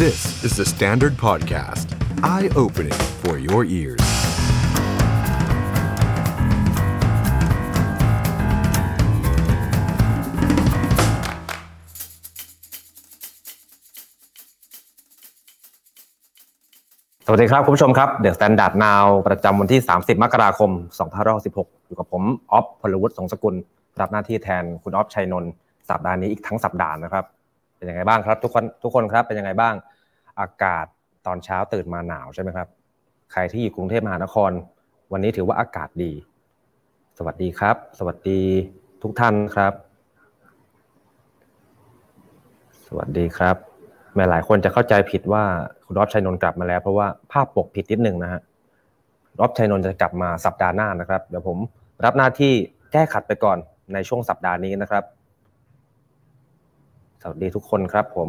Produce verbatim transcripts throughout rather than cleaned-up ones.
This is the Standard Podcast. Eye-opening for your ears. สวัสดีครับคุณผู้ชมครับ The Standard Now ประจำวันที่สามสิบมกราคมสองพันห้าร้อยหกสิบหกอยู่กับผมอ๊อฟพลวุฒิสงสกุลรับหน้าที่แทนคุณอ๊อฟชัยนนท์สัปดาห์นี้อีกทั้งสัปดาห์นะครับเป็นยังไงบ้างครับทุกคนทุกคนครับเป็นยังไงบ้างอากาศตอนเช้าตื่นมาหนาวใช่ไหมครับใครที่อยู่กรุงเทพมหานครวันนี้ถือว่าอากาศดีสวัสดีครับสวัสดีทุกท่านครับสวัสดีครับแม้หลายคนจะเข้าใจผิดว่าคุณอ๊อฟชัยนนท์กลับมาแล้วเพราะว่าภาพปกผิดนิดนึงนะฮะคุณอ๊อฟชัยนนท์จะกลับมาสัปดาห์หน้านะครับเดี๋ยวผมรับหน้าที่แก้ขัดไปก่อนในช่วงสัปดาห์นี้นะครับสวัสดีทุกคนครับผม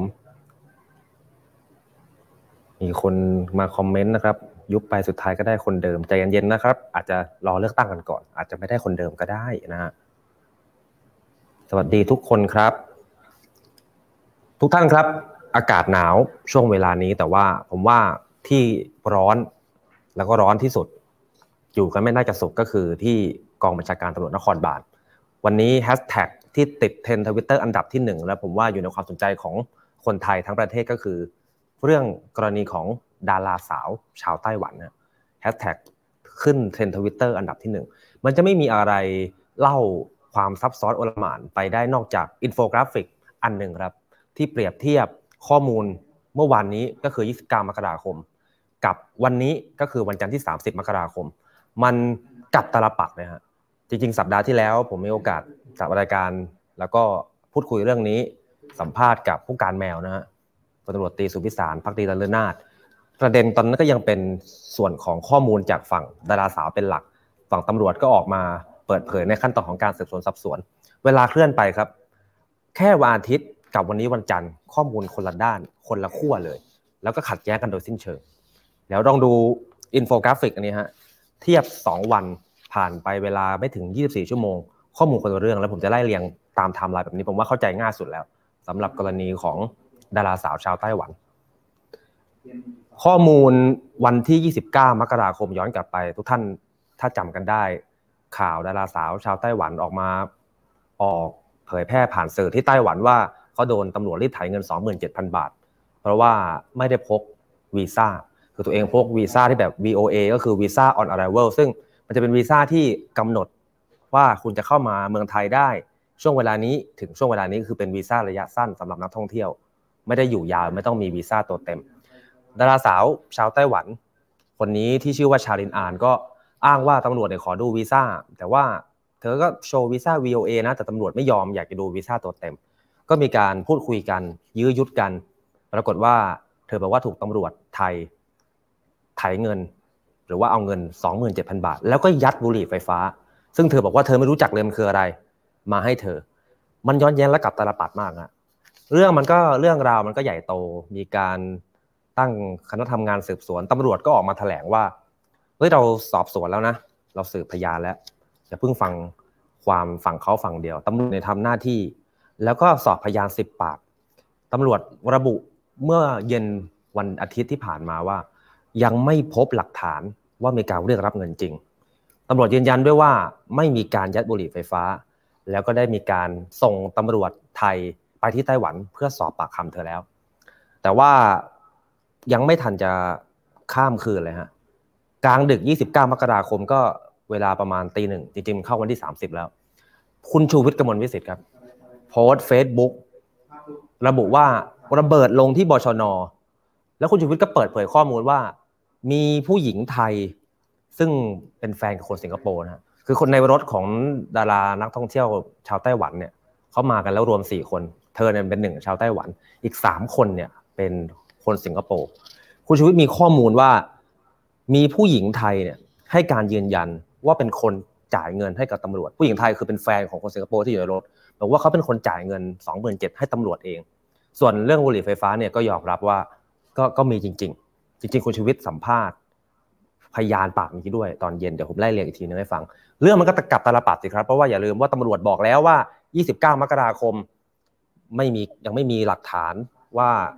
มีคนมาคอมเมนต์นะครับยุบไปสุดท้ายก็ได้คนเดิมใจเย็นๆนะครับอาจจะรอเลือกตั้งกันก่อนอาจจะไม่ได้คนเดิมก็ได้นะฮะสวัสดีทุกคนครับทุกท่านครับอากาศหนาวช่วงเวลานี้แต่ว่าผมว่าที่ร้อนแล้วก็ร้อนที่สุดอยู่กันไม่น่าจะสุขก็คือที่กองบัญชาการตำรวจนครบาลวันนี้แฮชแท็กที่ติดเทรนด์ Twitter อันดับที่หนึ่งแล้วผมว่าอยู่ในความสนใจของคนไทยทั้งประเทศก็คือเรื่องกรณีของดาราสาวชาวไต้หวันนะแฮชแท็กขึ้นเทรนด์ Twitter อันดับที่หนึ่งมันจะไม่มีอะไรเล่าความซับซ้อนโอลหม่านไปได้นอกจากอินโฟกราฟิกอันหนึ่งครับที่เปรียบเทียบข้อมูลเมื่อวานนี้ก็คือยี่สิบเก้ามกราคมกับวันนี้ก็คือวันจันทร์ที่สามสิบมกราคมมันกลับตลปัดนะฮะจริงๆสัปดาห์ที่แล้วผมมีโอกาสจัดรายการแล้วก็พูดคุยเรื่องนี้สัมภาษณ์กับผู้การแมวนะฮะพลตำรวจตรีสุพิสารภักดีตะเลิศนาถประเด็นตอนนั้นก็ยังเป็นส่วนของข้อมูลจากฝั่งดาราสาวเป็นหลักฝั่งตำรวจก็ออกมาเปิดเผยในขั้นตอนของการสืบสวนสอบสวนเวลาเคลื่อนไปครับแค่วันอาทิตย์กับวันนี้วันจันทร์ข้อมูลคนละด้านคนละขั้วเลยแล้วก็ขัดแย้งกันโดยสิ้นเชิงแล้วลองดูอินโฟกราฟิกอันนี้ฮะเทียบสองวันผ่านไปเวลาไม่ถึงยี่สิบสี่ชั่วโมงข้อมูลคนละเรื่องแล้วผมจะไล่เรียงตามไทม์ไลน์แบบนี้ผมว่าเข้าใจง่ายสุดแล้วสำหรับกรณีของดาราสาวชาวไต้หวันข้อมูลวันที่ยี่สิบเก้ามกราคมย้อนกลับไปทุกท่านถ้าจำกันได้ข่าวดาราสาวชาวไต้หวันออกมาออกเผยแพร่ผ่านสื่อที่ไต้หวันว่าเขาโดนตำรวจรีดไถเงิน สองหมื่นเจ็ดพัน บาทเพราะว่าไม่ได้พกวีซ่าคือตัวเองพกวีซ่าที่แบบ วี โอ เอ ก็คือวีซ่า on arrival ซึ่งมันจะเป็นวีซ่าที่กำหนดว่าคุณจะเข้ามาเมืองไทยได้ช่วงเวลานี้ถึงช่วงเวลานี้คือเป็นวีซ่าระยะสั้นสำหรับนักท่องเที่ยวไม่ได้อยู่ยาวไม่ต้องมีวีซ่าตัวเต็มดาราสาวชาวไต้หวันคนนี้ที่ชื่อว่าชาลินอานก็อ้างว่าตำรวจเนี่ยขอดูวีซ่าแต่ว่าเธอก็โชว์วีซ่า วี โอ เอ นะแต่ตำรวจไม่ยอมอยากจะดูวีซ่าตัวเต็มก็มีการพูดคุยกันยื้อยุดกันปรากฏว่าเธอบอกว่าถูกตำรวจไทยไถเงินหรือว่าเอาเงิน สองหมื่นเจ็ดพัน บาทแล้วก็ยัดบุหรี่ไฟฟ้าซึ่งเธอบอกว่าเธอไม่รู้จักเลยมันคืออะไรมาให้เธอมันย้อนแย้งและกลับตาลปัดมากนะเรื่องมันก็เรื่องราวมันก็ใหญ่โตมีการตั้งคณะทำงานสืบสวนตำรวจก็ออกมาแถลงว่าเฮ้ยเราสอบสวนแล้วนะเราสืบพยานแล้วอย่าเพิ่งฟังความฝั่งเขาฝั่งเดียวตำรวจเนี่ยทำหน้าที่แล้วก็สอบพยานสิบปากตำรวจระบุเมื่อเย็นวันอาทิตย์ที่ผ่านมาว่ายังไม่พบหลักฐานว่ามีการเรียกรับเงินจริงตำรวจยืนยันด้วยว่าไม่มีการยัดบุหรี่ไฟฟ้าแล้วก็ได้มีการส่งตำรวจไทยไปที่ไต้หวันเพื่อสอบปากคำเธอแล้วแต่ว่ายังไม่ทันจะข้ามคืนเลยฮะกลางดึกยี่สิบเก้ามกราคมก็เวลาประมาณตีหนึ่งจริงๆเข้าวันที่สามสิบแล้วคุณชูวิทย์กมลวิสิทธิ์ครับโพสต์ Facebook ระบุว่าระเบิดลงที่บชน.แล้วคุณชูวิทย์ก็เปิดเผยข้อมูลว่ามีผู้หญิงไทยซึ่งเป็นแฟนกับคนสิงคโปร์นะคือคนในรถของดารานักท่องเที่ยวชาวไต้หวันเนี่ยเขามากันแล้วรวมสี่คนเธอเนี่ยเป็นหนึ่งชาวไต้หวันอีกสามคนเนี่ยเป็นคนสิงคโปร์คุณชูวิทย์มีข้อมูลว่ามีผู้หญิงไทยเนี่ยให้การยืนยันว่าเป็นคนจ่ายเงินให้กับตำรวจผู้หญิงไทยคือเป็นแฟนของคนสิงคโปร์ที่อยู่ในรถบอกว่าเขาเป็นคนจ่ายเงิน สองหมื่นเจ็ดพัน ให้ตำรวจเองส่วนเรื่องบุหรี่ไฟฟ้าเนี่ยก็ยอมรับว่าก็ก็มีจริงๆจริงๆคุณชูวิทย์สัมภาษณ์พยานปากนี้ด้วยตอนเย็นเดี๋ยวผมไล่เรียงอีกทีนึงให้ฟังเรื่องมันก็กลับตาลปัดสิครับเพราะว่าอย่าลืมว่าตำรวจบอกแล้วว่ายี่สิบเก้ามกราคมไม่มียังไม่มีหลักฐานว่า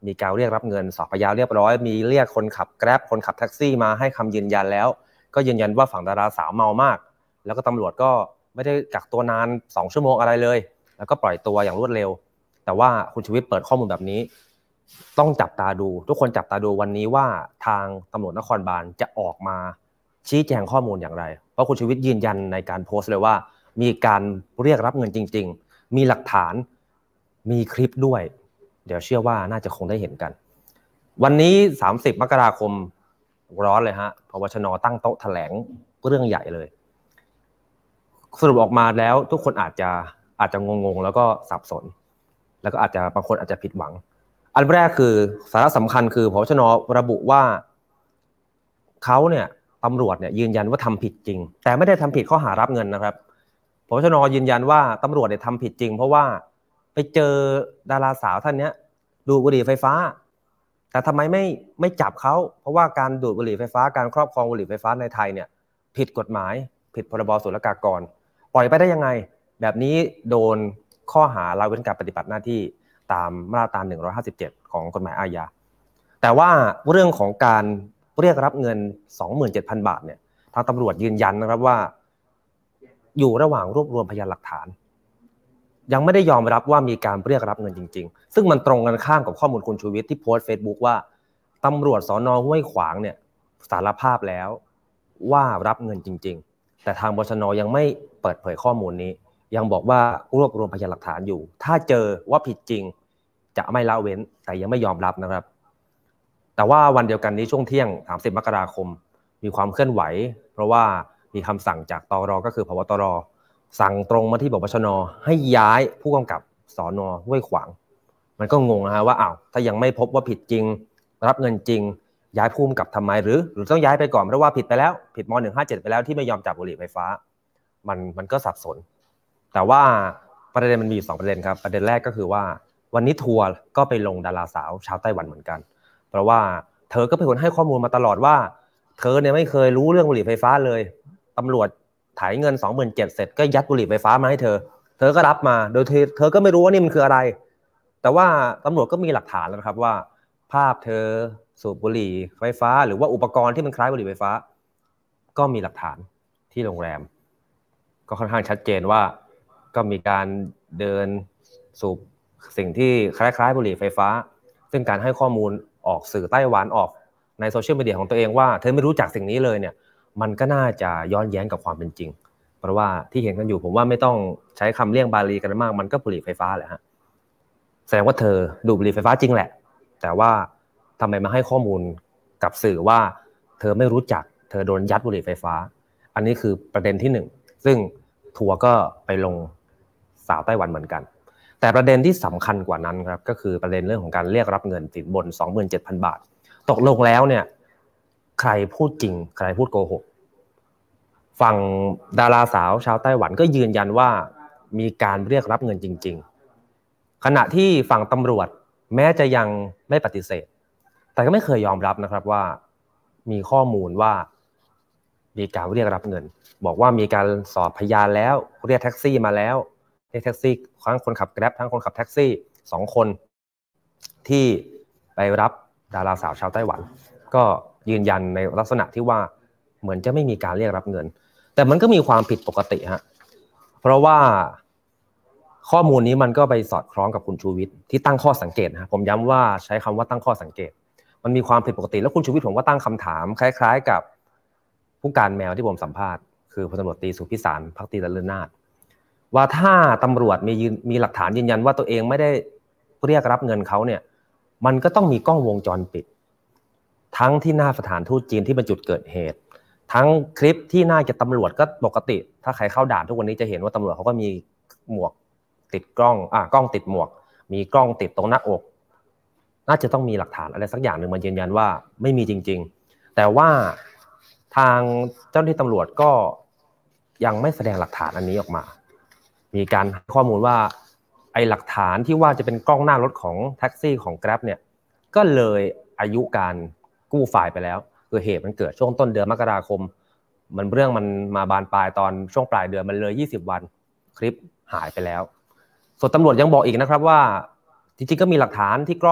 มีการเรียกรับเงินสอบพยานเรียบร้อยมีเรียกคนขับ Grab คนขับแท็กซี่มาให้คำยืนยันแล้วก็ยืนยันว่าฝั่งดาราสาวเมามากแล้วก็ตำรวจก็ไม่ได้กักตัวนานสองชั่วโมงอะไรเลยแล้วก็ปล่อยตัวอย่างรวดเร็วแต่ว่าคุณชูวิทย์เปิดข้อมูลแบบนี้ต้องจับตาดูทุกคนจับตาดูวันนี้ว่าทางตำรวจนครบาลจะออกมาชี้แจงข้อมูลอย่างไรเพราะคุณชูวิทย์ยืนยันในการโพสต์เลยว่ามีการเรียกรับเงินจริงๆมีหลักฐานมีคลิปด้วยเดี๋ยวเชื่อว่าน่าจะคงได้เห็นกันวันนี้สามสิบมกราคมร้อนเลยฮะพบชน.ตั้งโต๊ะแถลงเรื่องใหญ่เลยสรุปออกมาแล้วทุกคนอาจจะอาจจะงงๆแล้วก็สับสนแล้วก็อาจจะบางคนอาจจะผิดหวังอันแรกคือสาระสำคัญคือพบชน.ระบุว่าเขาเนี่ยตำรวจเนี่ยยืนยันว่าทำผิดจริงแต่ไม่ได้ทำผิดข้อหารับเงินนะครับพบชน.ยืนยันว่าตำรวจเนี่ยทำผิดจริงเพราะว่าไปเจอดาราสาวท่านเนี้ยดูดบุหรี่ไฟฟ้าแต่ทำไมไม่ไม่จับเขาเพราะว่าการดูดบุหรี่ไฟฟ้าการครอบครองบุหรี่ไฟฟ้าในไทยเนี่ยผิดกฎหมายผิดพรบศุลกากรปล่อยไปได้ยังไงแบบนี้โดนข้อหาละเว้นการปฏิบัติหน้าที่ตามมาตราหนึ่งร้อยห้าสิบเจ็ดของกฎหมายอาญาแต่ว่าเรื่องของการเรียกรับเงิน สองหมื่นเจ็ดพัน บาทเนี่ยทางตำรวจยืนยันนะครับว่าอยู่ระหว่างรวบรวมพยานหลักฐานยังไม่ได้ยอมรับว่ามีการเรียกรับเงินจริงๆซึ่งมันตรงกันข้ามกับข้อมูลคุณชูวิทย์ที่โพสต์ Facebook ว่าตำรวจสน.ห้วยขวางเนี่ยสารภาพแล้วว่ารับเงินจริงๆแต่ทางบชน.ยังไม่เปิดเผยข้อมูลนี้ยังบอกว่ารวบรวมพยานหลักฐานอยู่ถ้าเจอว่าผิดจริงจะไม่ละเว้นแต่ยังไม่ยอมรับนะครับแต่ว่าวันเดียวกันนี้ช่วงเที่ยงสามสิบมกราคมมีความเคลื่อนไหวเพราะว่ามีคำสั่งจากตร.ก็คือผบ.ตร.สั่งตรงมาที่บชน.ให้ย้ายผู้กำกับสน.ห้วยขวางมันก็งงนะฮะว่าอ้าวถ้ายังไม่พบว่าผิดจริงรับเงินจริงย้ายผู้กำกับทำไมหรือหรือต้องย้ายไปก่อนเพราะว่าผิดไปแล้วผิดม.หนึ่งห้าเจ็ดไปแล้วที่ไม่ยอมจับบุหรี่ไฟฟ้ามันมันก็สับสนแต่ว่าประเด็นมันมีอยู่สองประเด็นครับประเด็นแรกก็คือว่าวันนี้ทัวร์ก็ไปลงดาราสาวชาวไต้หวันเหมือนกันเพราะว่าเธอก็เป็นคนให้ข้อมูลมาตลอดว่าเธอเนี่ยไม่เคยรู้เรื่องบุหรี่ไฟฟ้าเลยตำรวจถ่ายเงิน สองหมื่นเจ็ดพัน เสร็จก็ยัดบุหรี่ไฟฟ้ามาให้เธอเธอก็รับมาโดยเธอเธอก็ไม่รู้ว่านี่มันคืออะไรแต่ว่าตำรวจก็มีหลักฐานแล้วครับว่าภาพเธอสูบบุหรี่ไฟฟ้าหรือว่าอุปกรณ์ที่มันคล้ายบุหรี่ไฟฟ้าก็มีหลักฐานที่โรงแรมก็ค่อนข้างชัดเจนว่าก็มีการเดินสูบสิ่งที่คล้ายๆบุหรี่ไฟฟ้าซึ่งการให้ข้อมูลออกสื่อไต้หวันออกในโซเชียลมีเดียของตัวเองว่าเธอไม่รู้จักสิ่งนี้เลยเนี่ยมันก็น่าจะย้อนแย้งกับความเป็นจริงเพราะว่าที่เห็นกันอยู่ผมว่าไม่ต้องใช้คำเลี่ยงบาลีกันมากมันก็บุหรี่ไฟฟ้าแหละฮะแสดงว่าเธอดูดบุหรี่ไฟฟ้าจริงแหละแต่ว่าทำไมมาให้ข้อมูลกับสื่อว่าเธอไม่รู้จักเธอโดนยัดบุหรี่ไฟฟ้าอันนี้คือประเด็นที่หนึ่งซึ่งทัวร์ก็ไปลงสาวไต้หวันเหมือนกันแต่ประเด็นที่สำคัญกว่านั้นครับก็คือประเด็นเรื่องของการเรียกรับเงินสินบน สองหมื่นเจ็ดพัน บาทตกลงแล้วเนี่ยใครพูดจริงใครพูดโกหกฝั่งดาราสาวชาวไต้หวันก็ยืนยันว่ามีการเรียกรับเงินจริงๆขณะที่ฝั่งตำรวจแม้จะยังไม่ปฏิเสธแต่ก็ไม่เคยยอมรับนะครับว่ามีข้อมูลว่ามีการเรียกรับเงินบอกว่ามีการสอบพยานแล้วเรียกแท็กซี่มาแล้วเรียกแท็กซี่ทั้งคนขับ Grab ทั้งคนขับแท็กซี่สองคนที่ไปรับดาราสาวชาวไต้หวันก็ยืนยันในลักษณะที่ว่าเหมือนจะไม่มีการเรียกรับเงินแต่มันก็มีความผิดปกติฮะเพราะว่าข้อมูลนี้มันก็ไปสอดคล้องกับคุณชูวิทย์ที่ตั้งข้อสังเกตนะผมย้ำว่าใช้คำว่าตั้งข้อสังเกตมันมีความผิดปกติแล้วคุณชูวิทย์ผมก็ตั้งคำถามคล้ายๆกับผู้การแมวที่ผมสัมภาษณ์คือพลตำรวจตรีสุพิสารภักดีเลิศนาถว่าถ้าตำรวจมีมีหลักฐานยืนยันว่าตัวเองไม่ได้เรียกรับเงินเขาเนี่ยมันก็ต้องมีกล้องวงจรปิดทั้งที่หน้าสถานทูตจีนที่เป็นจุดเกิดเหตุทั้งคลิปที่น่าจะตำรวจก็ปกติถ้าใครเข้าด่านทุกวันนี้จะเห็นว่าตำรวจเขาก็มีหมวกติดกล้องอ่ะกล้องติดหมวกมีกล้องติดตรงหน้าอกน่าจะต้องมีหลักฐานอะไรสักอย่างหนึ่งมายืนยันว่าไม่มีจริงๆแต่ว่าทางเจ้าหน้าที่ตำรวจก็ยังไม่แสดงหลักฐานอันนี้ออกมามีการให้ข้อมูลว่าไอ้หลักฐานที่ว่าจะเป็นกล้องหน้ารถของแท็กซี่ของ Grab เนี่ยก็เลยอายุการกู้ไฟล์ไปแล้วคือเหตุมันเกิดช่วงต้นเดือนมกราคมมันเรื่องมันมาบานปลายตอนช่วงปลายเดือนมันเลยยี่สิบวันคลิปหายไปแล้วส่วนตำรวจยังบอกอีกนะครับว่าจริงๆก็มีหลักฐานที่กล้อง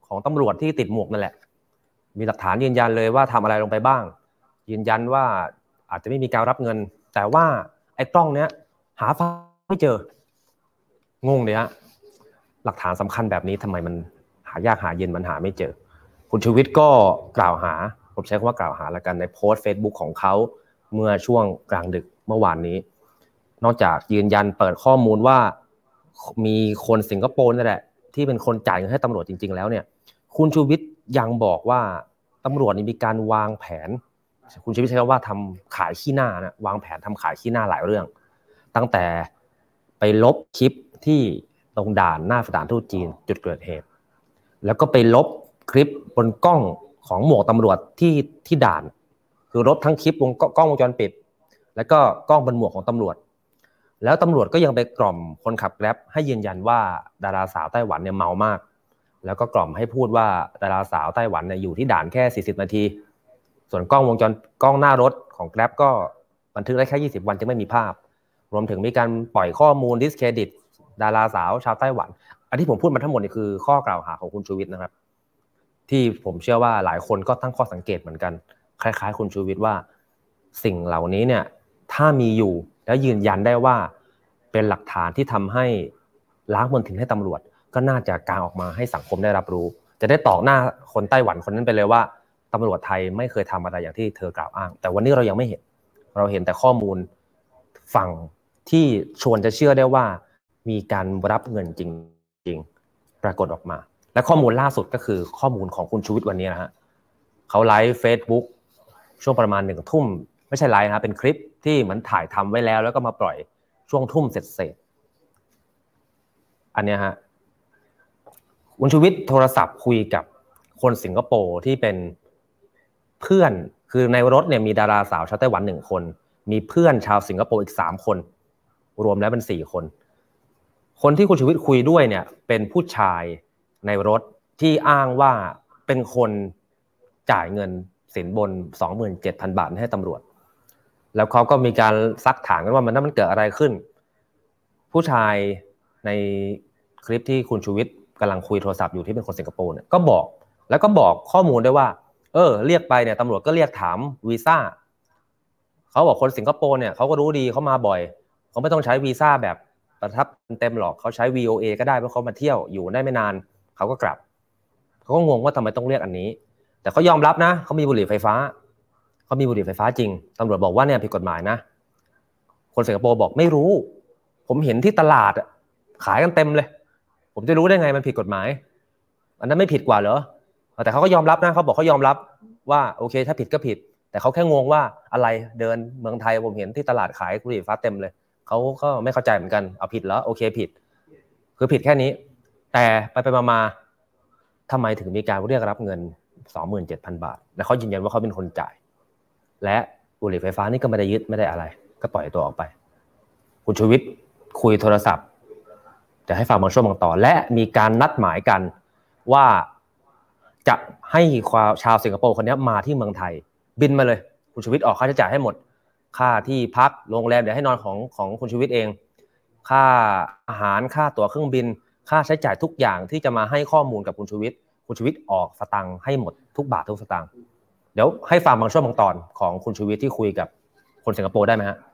ของตำรวจที่ติดหมวกนั่นแหละมีหลักฐานยืนยันเลยว่าทำอะไรลงไปบ้างยืนยันว่าอาจจะไม่มีการรับเงินแต่ว่าไอ้กล้องเนี้ยหาไม่เจองงเลยฮะหลักฐานสำคัญแบบนี้ทำไมมันหายากหาเย็นมันหาไม่เจอคุณชูวิทย์ก็กล่าวหาผมใช้คำว่ากล่าวหาแล้วกันในโพสต์ Facebook ของเขาเมื่อช่วงกลางดึกเมื่อวานนี้นอกจากยืนยันเปิดข้อมูลว่ามีคนสิงคโปร์นั่นแหละที่เป็นคนจ่ายเงินให้ตำรวจจริงๆแล้วเนี่ยคุณชูวิทย์ยังบอกว่าตำรวจมีการวางแผนคุณชูวิทย์ใช้คำว่าทำขายขี้หน้านะวางแผนทำขายขี้หน้าหลายเรื่องตั้งแต่ไปลบคลิปที่ตรงด่านหน้าสถานทูตจีนจุดเกิดเหตุแล้วก็ไปลบคลิปบนกล้องของหมวกตำรวจที่ที่ด่านคือลบทั้งคลิปวงกล้องวงจรปิดแล้วก็กล้องบนหมวกของตำรวจแล้วตำรวจก็ยังไปกล่อมคนขับแกร็บให้ยืนยันว่าดาราสาวไต้หวันเนี่ยเมามากแล้วก็กล่อมให้พูดว่าดาราสาวไต้หวันเนี่ยอยู่ที่ด่านแค่สี่สิบนาทีส่วนกล้องวงจรกล้องหน้ารถของแกร็บก็บันทึกได้แค่ยี่สิบวันจึงไม่มีภาพรวมถึงมีการปล่อยข้อมูลดิสเครดิตดาราสาวชาวไต้หวันอันที่ผมพูดมาทั้งหมดนี่คือข้อกล่าวหาของคุณชูวิทย์นะครับที่ผมเชื่อว่าหลายคนก็ตั้งข้อสังเกตเหมือนกันคล้ายๆคุณชูวิทย์ว่าสิ่งเหล่านี้เนี่ยถ้ามีอยู่แล้วยืนยันได้ว่าเป็นหลักฐานที่ทำให้ล้างมลทินให้ตำรวจก็น่าจะกางออกมาให้สังคมได้รับรู้จะได้ตอกหน้าคนไต้หวันคนนั้นไปเลยว่าตำรวจไทยไม่เคยทำอะไรอย่างที่เธอกล่าวอ้างแต่วันนี้เรายังไม่เห็นเราเห็นแต่ข้อมูลฝั่งที่ชวนจะเชื่อได้ว่ามีการรับเงินจริงๆปรากฏออกมาและข้อมูลล่าสุดก็คือข้อมูลของคุณชูวิทย์วันนี้นะฮะเขาไลฟ์ Facebook ช่วงประมาณหนึ่งทุ่มไม่ใช่ไลฟ์นะเป็นคลิปที่เหมือนถ่ายทำไว้แล้วแล้วก็มาปล่อยช่วงทุ่มเสร็จๆอันนี้ฮะคุณชูวิทย์โทรศัพท์คุยกับคนสิงคโปร์ที่เป็นเพื่อนคือในรถเนี่ยมีดาราสาวชาวไต้หวันหนึ่งคนมีเพื่อนชาวสิงคโปร์อีกสามคนรวมแล้วเป็นสี่คนคนที่คุณชูวิทย์คุยด้วยเนี่ยเป็นผู้ชายในรถที่อ้างว่าเป็นคนจ่ายเงินสินบน สองหมื่นเจ็ดพัน บาทให้ตำรวจแล้วเขาก็มีการซักถามกันว่ามันนั้นมันเกิดอะไรขึ้นผู้ชายในคลิปที่คุณชูวิทย์กำลังคุยโทรศัพท์อยู่ที่เป็นคนสิงคโปร์เนี่ยก็บอกแล้วก็บอกข้อมูลด้วยว่าเออเรียกไปเนี่ยตำรวจก็เรียกถามวีซ่าเขาบอกคนสิงคโปร์เนี่ยเขาก็รู้ดีเขามาบ่อยเขาไม่ต้องใช้วีซ่าแบบประทับเต็มหรอกเขาใช้ วี โอ เอ ก็ได้เพราะเขามาเที่ยวอยู่ได้ไม่นานเขาก็กลับเขาก็งงว่าทำไมต้องเรียกอันนี้แต่เขายอมรับนะเขามีบุหรี่ไฟฟ้าเขามีบุหรี่ไฟฟ้าจริงตำรวจบอกว่าเนี่ยผิดกฎหมายนะคนสิงคโปร์บอกไม่รู้ผมเห็นที่ตลาดขายกันเต็มเลยผมจะรู้ได้ไงมันผิดกฎหมายอันนั้นไม่ผิดกว่าเหรอแต่เขาก็ยอมรับนะเขาบอกเขายอมรับว่าโอเคถ้าผิดก็ผิดแต่เขาแค่งงว่าอะไรเดินเมืองไทยผมเห็นที่ตลาดขายบุหรี่ไฟฟ้าเต็มเลยเขาก็ไม่เข้าใจเหมือนกันเอาผิดแล้วโอเคผิดคือผิดแค่นี้แต่ไปไปมาๆทำไมถึงมีการเรียกรับเงิน สองหมื่นเจ็ดพัน บาทและเขายืนยันว่าเขาเป็นคนจ่ายและบุหรี่ไฟฟ้านี่ก็ไม่ได้ยึดไม่ได้อะไรก็ปล่อยตัวออกไปคุณชูวิทย์คุยโทรศัพท์จะให้ฟังบางช่วงบางตอนและมีการนัดหมายกันว่าจะให้ชาวสิงคโปร์คนนี้มาที่เมืองไทยบินมาเลยคุณชูวิทย์ออกค่าใช้จ่ายให้หมดค่าที่พักโรงแรมเดี๋ยวให้นอนของของคุณชูวิทย์เองค่าอาหารค่าตั๋วเครื่องบินค่าใช้จ่ายทุกอย่างที่จะมาให้ข้อมูลกับคุณชูวิทย์คุณชูวิทย์ออกสตังค์ให้หมดทุกบาททุกสตางค์เดี๋ยวให้ฟังบางช่วงบางตอนของคุณชูวิทย์ที่คุยกับคนสิงคโปร์ได้ไหมฮะ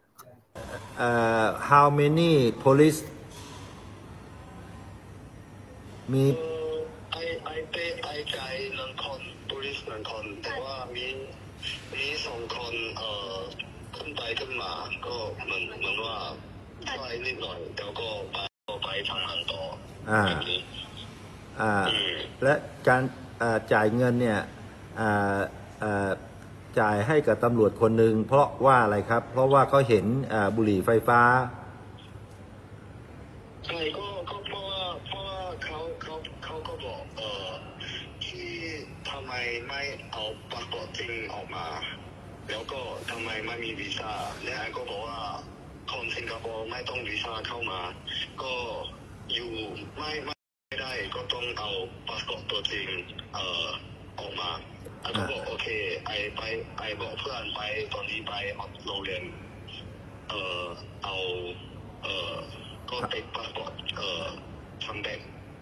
uh, how many police มีไอไอเป้ไอใจหนึ่งคน police หนึ่งคนแต่ว่ามีมีสองคนเอ่อขึ้นไปขึ้นมาก็เหมือนเหมือนว่าช่วยนิดหน่อยแล้วก็ไปไปทำงานต่ออ่าอ่าและการจ่ายเงินเนี่ยจ่ายให้กับตำรวจคนหนึ่งเพราะว่าอะไรครับเพราะว่าเขาเห็นบุหรี่ไฟฟ้าใช่ก็ก็เพราะว่าเพราะว่าเขาเขาเขาก็บอกเออที่ทำไมไม่เอาพาสปอร์ตจริงออกมาแล้วก็ทำไมไม่มีวีซ่าและไอ้ก็บอกว่าคนสิงคโปร์ไม่ต้องวีซ่าเข้ามาก็อยู่ไม่ไม่ได้ก็ต้องเอาพาสปอร์ตตัวจริงเอ่อออกมาไอ้ก็บอกโอเคไอ้ไปไอ้บอกเพื่อนไปตอนนี้ไปโรงเรียนเอ่อเอาเอ่อก็เอกพาสปอร์ตเอ่อทำแบง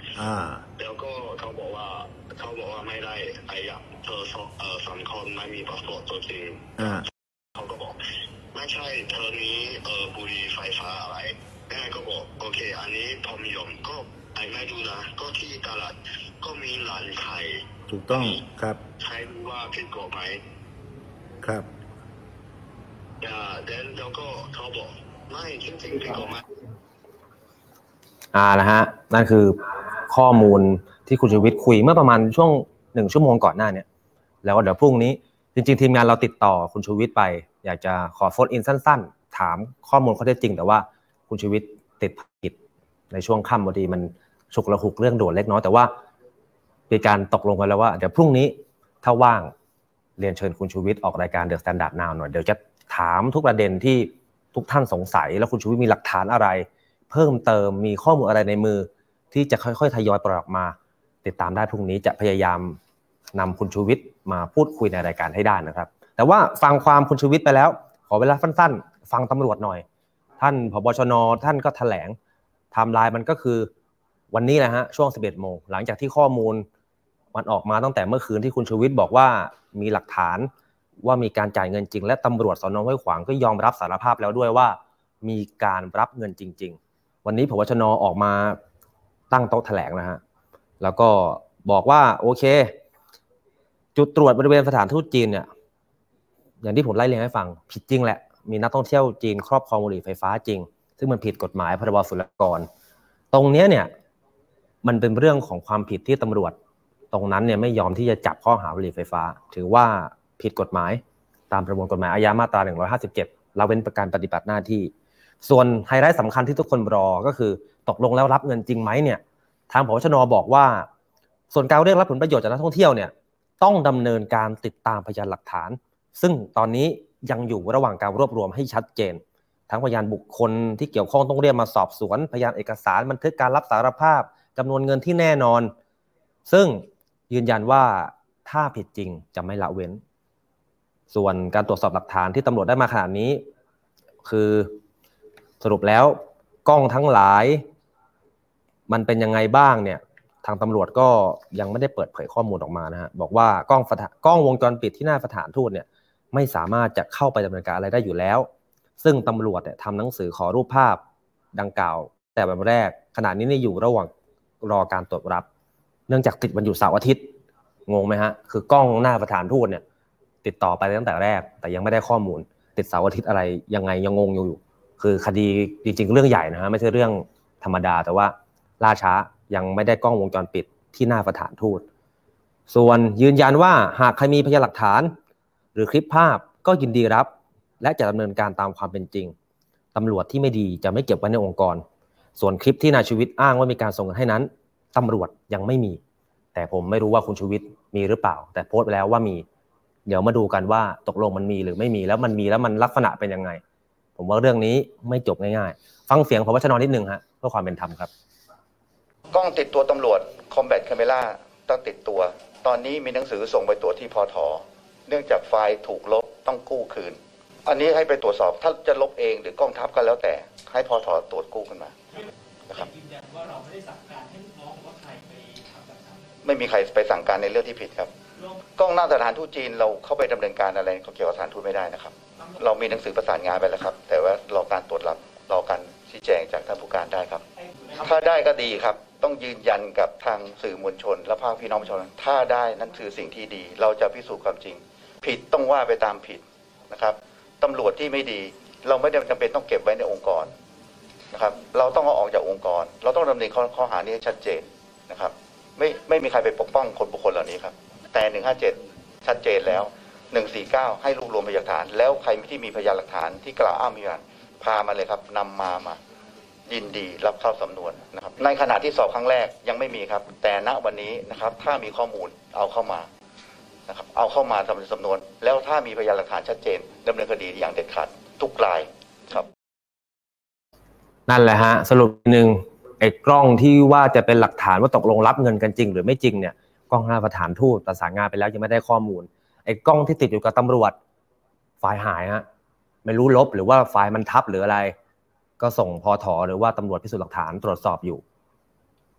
อ่าแล้วก็เขาบอกว่าเขาบอกว่าไม่ได้ไอ้อยากเธอสองเออสามคนไม่มีพาสปอร์ตตัวจริงอ่าเขาก็บอกไม่ใช่เธอนี้เออบุหรี่ไฟฟ้าอะไรแม่ก็บอกโอเคอันนี้พอมียอมก็ไอ้ไม่ดูนะก็ที่ตลาดก็มีร้านขายถูกต้องครับใช้ว่าผิดกฎหมายครับอ่าเดนแล้วก็เขาบอกไม่จริงๆผิดกฎหมายอ่านะฮะนั่นคือข้อมูลที่คุณชูวิทย์คุยเมื่อประมาณช่วงหนึ่งชั่วโมงก่อนหน้านี้แล้วเดี๋ยวพรุ่งนี้จริงๆทีมงานเราติดต่อคุณชูวิทย์ไปอยากจะขอโฟนอินสั้นๆถามข้อมูลข้อเท็จจริงแต่ว่าคุณชูวิทย์ติดภารกิจในช่วงค่ำพอดีมันฉุกละหุกเรื่องด่วนเล็กน้อยแต่ว่ามีการตกลงกันแล้วว่าเดี๋ยวพรุ่งนี้ถ้าว่างเรียนเชิญคุณชูวิทย์ออกรายการ The Standard Now หน่อยเดี๋ยวจะถามทุกประเด็นที่ทุกท่านสงสัยแล้วคุณชูวิทย์มีหลักฐานอะไรเพิ่มเติมมีข้อมูลอะไรในมือที่จะค่อยๆทยอยปล่อยออกมาติดตามได้พรุ่งนี้จะพยายามนำคุณชูวิทย์มาพูดคุยในรายการให้ได้นะครับแต่ว่าฟังความคุณชูวิทย์ไปแล้วขอเวลาสั้นๆฟังตำรวจหน่อยท่านผบ.ชน.ท่านก็แถลงไทม์ไลน์มันก็คือวันนี้แหละฮะช่วง สิบเอ็ดโมงหลังจากที่ข้อมูลมันออกมาตั้งแต่เมื่อคืนที่คุณชูวิทย์บอกว่ามีหลักฐานว่ามีการจ่ายเงินจริงและตำรวจสน.ห้วยขวางก็ยอมรับสารภาพแล้วด้วยว่ามีการรับเงินจริงๆวันนี้ผบ.ชน.ออกมาตั้งโต๊ะแถลงนะฮะแล้วก็บอกว่าโอเคจุดตรวจบริเวณสถานทูตจีนเนี่ยอย่างที่ผมไล่เรียงให้ฟังผิดจริงแหละมีนักท่องเที่ยวจีนครอบครองบุหรี่ไฟฟ้าจริงซึ่งมันผิดกฎหมายพรบศุลกากรตรงนี้เนี่ยมันเป็นเรื่องของความผิดที่ตำรวจตรงนั้นเนี่ยไม่ยอมที่จะจับข้อหาบุหรี่ไฟฟ้าถือว่าผิดกฎหมายตามประมวลกฎหมายอาญามาตราหนึ่งร้อยห้าสิบเจ็ดละเว้นการปฏิบัติหน้าที่ส่วนไฮไลท์สำคัญที่ทุกคนรอก็คือตกลงแล้วรับเงินจริงไหมเนี่ยทางผบ.ชน.บอกว่าส่วนการเรียกรับผลประโยชน์จากนักท่องเที่ยวเนี่ยต้องดำเนินการติดตามพยานหลักฐานซึ่งตอนนี้ยังอยู่ระหว่างการรวบรวมให้ชัดเจนทั้งพยานบุคคลที่เกี่ยวข้องต้องเรียกมาสอบสวนพยานเอกสารบันทึกการรับสารภาพจำนวนเงินที่แน่นอนซึ่งยืนยันว่าถ้าผิดจริงจะไม่ละเว้นส่วนการตรวจสอบหลักฐานที่ตำรวจได้มาขนาดนี้คือสรุปแล้วกล้องทั้งหลายมันเป็นยังไงบ้างเนี่ยทางตำรวจก็ยังไม่ได้เปิดเผยข้อมูลออกมานะฮะบอกว่ากล้องกล้องวงจรปิดที่หน้าสถานทูตเนี่ยไม่สามารถจะเข้าไปดำเนินการอะไรได้อยู่แล้วซึ่งตำรวจเนี่ยทำหนังสือขอรูปภาพดังกล่าวแต่วันแรกขณะนี้เนี่ยอยู่ระหว่างรอการตรวจรับเนื่องจากติดวันหยุดเสาร์อาทิตย์งงไหมฮะคือกล้องหน้าสถานทูตเนี่ยติดต่อไปตั้งแต่แรกแต่ยังไม่ได้ข้อมูลติดเสาร์อาทิตย์อะไรยังไงยังงงอยู่คือคดีจริงๆเรื่องใหญ่นะฮะไม่ใช่เรื่องธรรมดาแต่ว่าล่าช้ายังไม่ได้กล้องวงจรปิดที่หน้าสถานทูตส่วนยืนยันว่าหากใครมีพยานหลักฐานหรือคลิปภาพก็ยินดีรับและจะดำเนินการตามความเป็นจริงตำรวจที่ไม่ดีจะไม่เก็บไว้ในองค์กรส่วนคลิปที่นายชูวิทย์อ้างว่ามีการส่งเงินให้นั้นตำรวจยังไม่มีแต่ผมไม่รู้ว่าคุณชูวิทย์มีหรือเปล่าแต่โพสต์ไปแล้วว่ามีเดี๋ยวมาดูกันว่าตกลงมันมีหรือไม่มีแล้วมันมีแล้วมันลักษณะเป็นยังไงผมว่าเรื่องนี้ไม่จบง่ายๆฟังเสียงผบ.ชน.นิดนึงฮะเพื่อความเป็นธรรมครับกล้องติดตัวตำรวจ Combat Camera ต้องติดตัวตอนนี้มีหนังสือส่งไปตรวจที่พท.เนื่องจากไฟล์ถูกลบต้องกู้คืนอันนี้ให้ไปตรวจสอบถ้าจะลบเองหรือกล้องทับก็แล้วแต่ให้พท.ตรวจกู้ขึ้นมานะครับยืนยันว่าเราไม่ได้สั่งการให้น้องหรือว่าใครไปทำแบบนั้นไม่มีใครไปสั่งการในเรื่องที่ผิดครับกล้องหน้าสถานทูตจีนเราเข้าไปดำเนินการอะไรเกี่ยวกับสถานทูตไม่ได้นะครับเรามีหนังสือประสานงานไปแล้วครับแต่ว่ารอการตรวจรับรอการชี้แจงจากท่านผู้การได้ครับถ้าได้ก็ดีครับต้องยืนยันกับทางสื่อมวลชนและภาคพี่น้องประชาชนถ้าได้นั่นคือสิ่งที่ดีเราจะพิสูจน์ความจริงผิดต้องว่าไปตามผิดนะครับตำรวจที่ไม่ดีเราไม่จำเป็นต้องเก็บไว้ในองค์กรนะครับเราต้องเอาออกจากองค์กรเราต้องดำเนินข้อหานี้ให้ชัดเจนนะครับไม่ไม่มีใครไปปกป้องคนบุคคลเหล่านี้ครับแต่หนึ่งห้าเจ็ดชัดเจนแล้วหนึ่งสี่เก้าให้รวบรวมพยานหลักฐานแล้วใครที่มีพยานหลักฐานที่กล่าวอ้างมีพยานพามาเลยครับนำมามายินดีรับเข้าสำนวนนะครับในขณะที่สอบครั้งแรกยังไม่มีครับแต่ณวันนี้นะครับถ้ามีข้อมูลเอาเข้ามานะครับเอาเข้ามาทำเป็นสำนวนแล้วถ้ามีพยานหลักฐานชัดเจนดำเนินคดีอย่างเด็ดขาดทุกรายครับนั่นแหละฮะสรุปหนึ่งไอ้กล้องที่ว่าจะเป็นหลักฐานว่าตกลงรับเงินกันจริงหรือไม่จริงเนี่ยกล้องหน้าสถานทูตประสานงานไปแล้วยังไม่ได้ข้อมูลไอ้กล้องที่ติดอยู่กับตำรวจไฟล์หายฮะไม่รู้ลบหรือว่าไฟล์มันทับหรืออะไรก็ส่งพท.หรือว่าตำรวจพิสูจน์หลักฐานตรวจสอบอยู่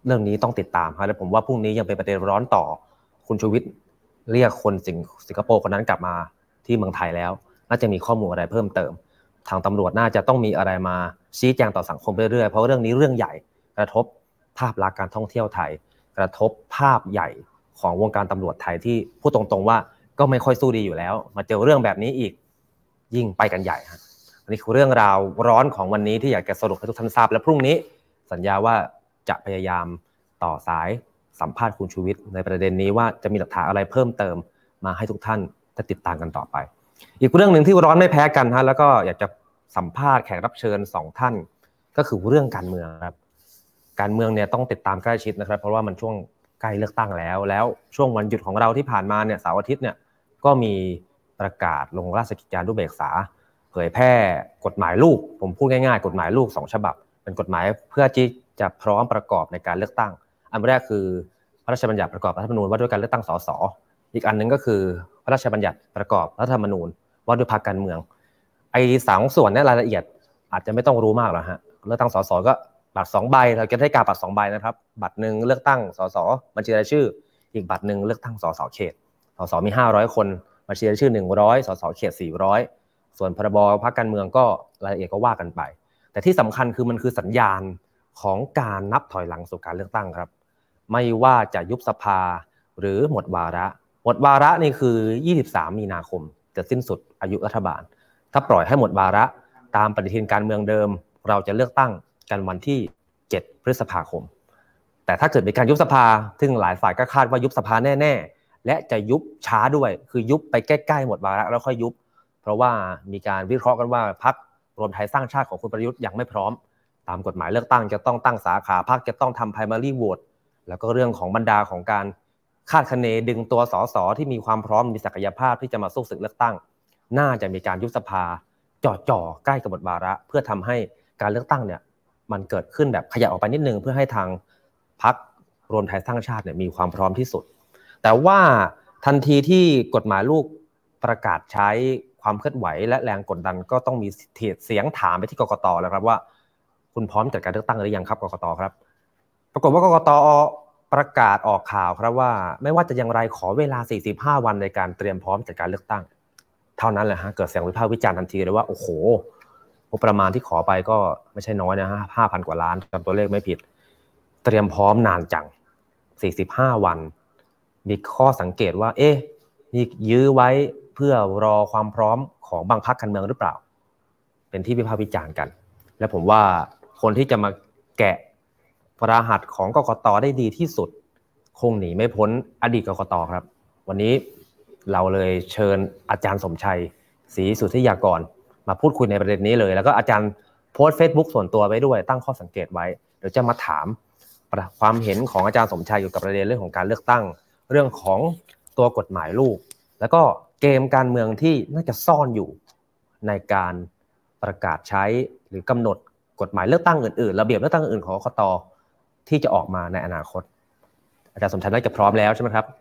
เรื่องนี้ต้องติดตามครับและผมว่าพรุ่งนี้ยังเป็นประเด็นร้อนต่อคุณชูวิทย์เรียกคนสิงสิงคโปร์คนนั้นกลับมาที่เมืองไทยแล้วน่าจะมีข้อมูลอะไรเพิ่มเติมทางตำรวจน่าจะต้องมีอะไรมาชี้แจงต่อสังคมเรื่อยๆเพราะเรื่องนี้เรื่องใหญ่กระทบภาพลักษณ์การท่องเที่ยวไทยกระทบภาพใหญ่ของวงการตำรวจไทยที่พูดตรงๆว่าก็ไม่ค่อยสู้ดีอยู่แล้วมาเจอเรื่องแบบนี้อีกยิ่งไปกันใหญ่ฮะอันนี้คือเรื่องราวร้อนของวันนี้ที่อยากจะสรุปให้ทุกท่านทราบและพรุ่งนี้สัญญาว่าจะพยายามต่อสายสัมภาษณ์คุณชูวิทย์ในประเด็นนี้ว่าจะมีหลักฐานอะไรเพิ่มเติมมาให้ทุกท่านได้ติดตามกันต่อไปอีกเรื่องนึงที่ร้อนไม่แพ้กันฮะแล้วก็อยากจะสัมภาษณ์แขกรับเชิญสองท่านก็คือเรื่องการเมืองครับการเมืองเนี่ยต้องติดตามใกล้ชิดนะครับเพราะว่ามันช่วงใกล้เลือกตั้งแล้วแล้วช่วงวันหยุดของเราที่ผ่านมาเนี่ยเสาร์อาทิตย์เนี่ยก็มีประกาศลงราชกิจจานุเบกษาเผยแพร่กฎหมายลูกผมพูดง่ายๆกฎหมายลูกสองฉบับเป็นกฎหมายเพื่อที่จะพร้อมประกอบในการเลือกตั้งอันแรกคือพระราชบัญญัติประกอบรัฐธรรมนูญว่าด้วยการเลือกตั้งสสอีกอันนึงก็คือพระราชบัญญัติประกอบรัฐธรรมนูญว่าด้วยพรรคการเมืองไอ้สองส่วนนี้รายละเอียดอาจจะไม่ต้องรู้มากหรอกฮะเลือกตั้งสสก็บัตรสองใบเราจะได้การบัตรสองใบนะครับบัตรนึงเลือกตั้งสสบัญชีรายชื่ออีกบัตรนึงเลือกตั้งสสเขตสสมีห้าร้อยคนบัญชีรายชื่อหนึ่งร้อยสสเขตสี่ร้อยส่วนพรบพรรคการเมืองก็รายละเอียดก็ว่ากันไปแต่ที่สำคัญคือมันคือสัญญาณของการนับถอยหลังสู่การเลือกตั้งครับไม่ว่าจะยุบสภาหรือหมดวาระหมดวาระนี่คือยี่สิบสามมีนาคมจะสิ้นสุดอายุรัฐบาลถ้าปล่อยให้หมดวาระตามปฏิทินการเมืองเดิมเราจะเลือกตั้งกันวันที่เจ็ดพฤษภาคมแต่ถ้าเกิดมีการยุบสภาซึ่งหลายฝ่ายก็คาดว่ายุบสภาแน่ๆและจะยุบช้าด้วยคือยุบไปใกล้ๆหมดวาระแล้วค่อยยุบเพราะว่ามีการวิเคราะห์กันว่าพรรครวมไทยสร้างชาติของคุณประยุทธ์ยังไม่พร้อมตามกฎหมายเลือกตั้งจะต้องตั้งสาขาพรรคจะต้องทำ primary vote แล้วก็เรื่องของบรรดาของการคาดคะเนดึงตัวสสที่มีความพร้อมมีศักยภาพที่จะมาสู้ศึกเลือกตั้งน่าจะมีการยุบสภาจ่อๆใกล้กับหมดวาระเพื่อทำให้การเลือกตั้งเนี่ยมันเกิดขึ้นแบบขยับออกไปนิดนึงเพื่อให้ทางพรรครวมไทยสร้างชาติเนี่ยมีความพร้อมที่สุดแต่ว่าทันทีที่กฎหมายลูกประกาศใช้ความเคลื่อนไหวและแรงกดดันก็ต้องมีเสียงถามไปที่กกต.แล้วครับว่าคุณพร้อมจัดการเลือกตั้งหรือยังครับกกต.ครับปรากฏว่ากกต.ประกาศออกข่าวครับว่าไม่ว่าจะอย่างไรขอเวลาสี่สิบห้าวันในการเตรียมพร้อมจัดการเลือกตั้งเท่านั้นแหละฮะเกิดเสียงวิพากษ์วิจารณ์ทันทีเลยว่าโอ้โหงบประมาณที่ขอไปก็ไม่ใช่น้อยนะฮะ ห้าพัน กว่าล้านจำตัวเลขไม่ผิดเตรียมพร้อมนานจังสี่สิบห้าวันมีข้อสังเกตว่าเอ๊ะนี่ยื้อไว้เพื่อรอความพร้อมของบางพรรคการเมืองหรือเปล่าเป็นที่วิพากษ์วิจารณ์กันและผมว่าคนที่จะมาแกะรหัสของกกต.ได้ดีที่สุดคงหนีไม่พ้นอดีตกกต.ครับวันนี้เราเลยเชิญอาจารย์สมชัยศรีสุทธิยากรมาพูดคุยในประเด็นนี้เลยแล้วก็อาจารย์โพสต์ Facebook ส่วนตัวไว้ด้วยตั้งข้อสังเกตไว้เดี๋ยวจะมาถามความเห็นของอาจารย์สมชัยเกี่ยวกับประเด็นเรื่องของการเลือกตั้งเรื่องของตัวกฎหมายลูกแล้วก็เกมการเมืองที่น่าจะซ่อนอยู่ในการประกาศใช้หรือกำหนดกฎหมายเลือกตั้งอื่นๆระเบียบเลือกตั้งอื่นของกกต.ที่จะออกมาในอนาคตอาจารย์สมชัยน่าจะพร้อมแล้วใช่ไหมครับ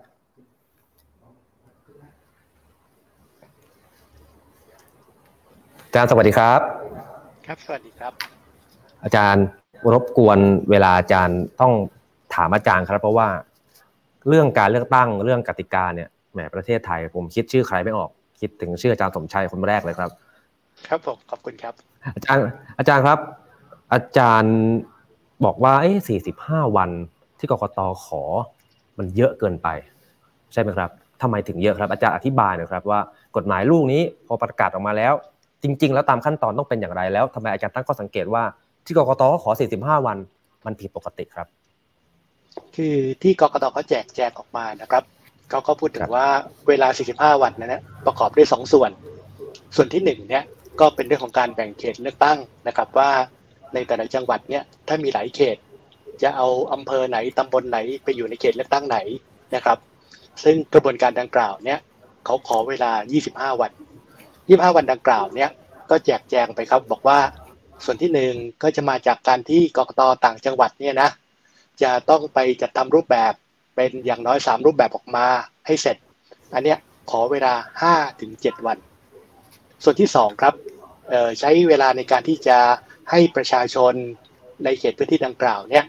อาจารย์สวัสดีครับครับสวัสดีครับอาจารย์รบกวนเวลาอาจารย์ต้องถามอาจารย์ครับเพราะว่าเรื่องการเลือกตั้งเรื่องกติกาเนี่ยแหมประเทศไทยผมคิดชื่อใครไม่ออกคิดถึงชื่ออาจารย์สมชัยคนแรกเลยครับครับผมขอบคุณครับอาจารย์อาจารย์ครับอาจารย์บอกว่าเอ้สี่สิบห้าวันที่กกต.ขอมันเยอะเกินไปใช่ไหมครับทำไมถึงเยอะครับอาจารย์อธิบายหน่อยครับว่ากฎหมายลูกนี้พอประกาศออกมาแล้วจริงๆแล้วตามขั้นตอนต้องเป็นอย่างไรแล้วทำไมอาจารย์ตั้งข้อสังเกตว่าที่กกต.ขอสี่สิบห้าวันมันผิดปกติครับคือที่กกต.เขาแจกแจงออกมานะครับเขาก็พูดถึงว่าเวลาสี่สิบห้าวันนั้นนะประกอบด้วยสองส่วนส่วนที่หนึ่งเนี่ยก็เป็นเรื่องของการแบ่งเขตเลือกตั้งนะครับว่าในแต่ละจังหวัดเนี่ยถ้ามีหลายเขตจะเอาอำเภอไหนตำบลไหนไปอยู่ในเขตเลือกตั้งไหนนะครับซึ่งกระบวนการดังกล่าวเนี่ยเขาขอเวลายี่สิบห้าวันยี่สิบห้าวันดังกล่าวเนี่ยก็แจกแจงไปครับบอกว่าส่วนที่หนึ่งก็จะมาจากการที่กกต.ต่างจังหวัดเนี่ยนะจะต้องไปจัดทำรูปแบบเป็นอย่างน้อยสามรูปแบบออกมาให้เสร็จอันเนี้ยขอเวลา ห้าถึงเจ็ด วันส่วนที่สองครับเอ่อใช้เวลาในการที่จะให้ประชาชนในเขตพื้นที่ดังกล่าวเนี่ย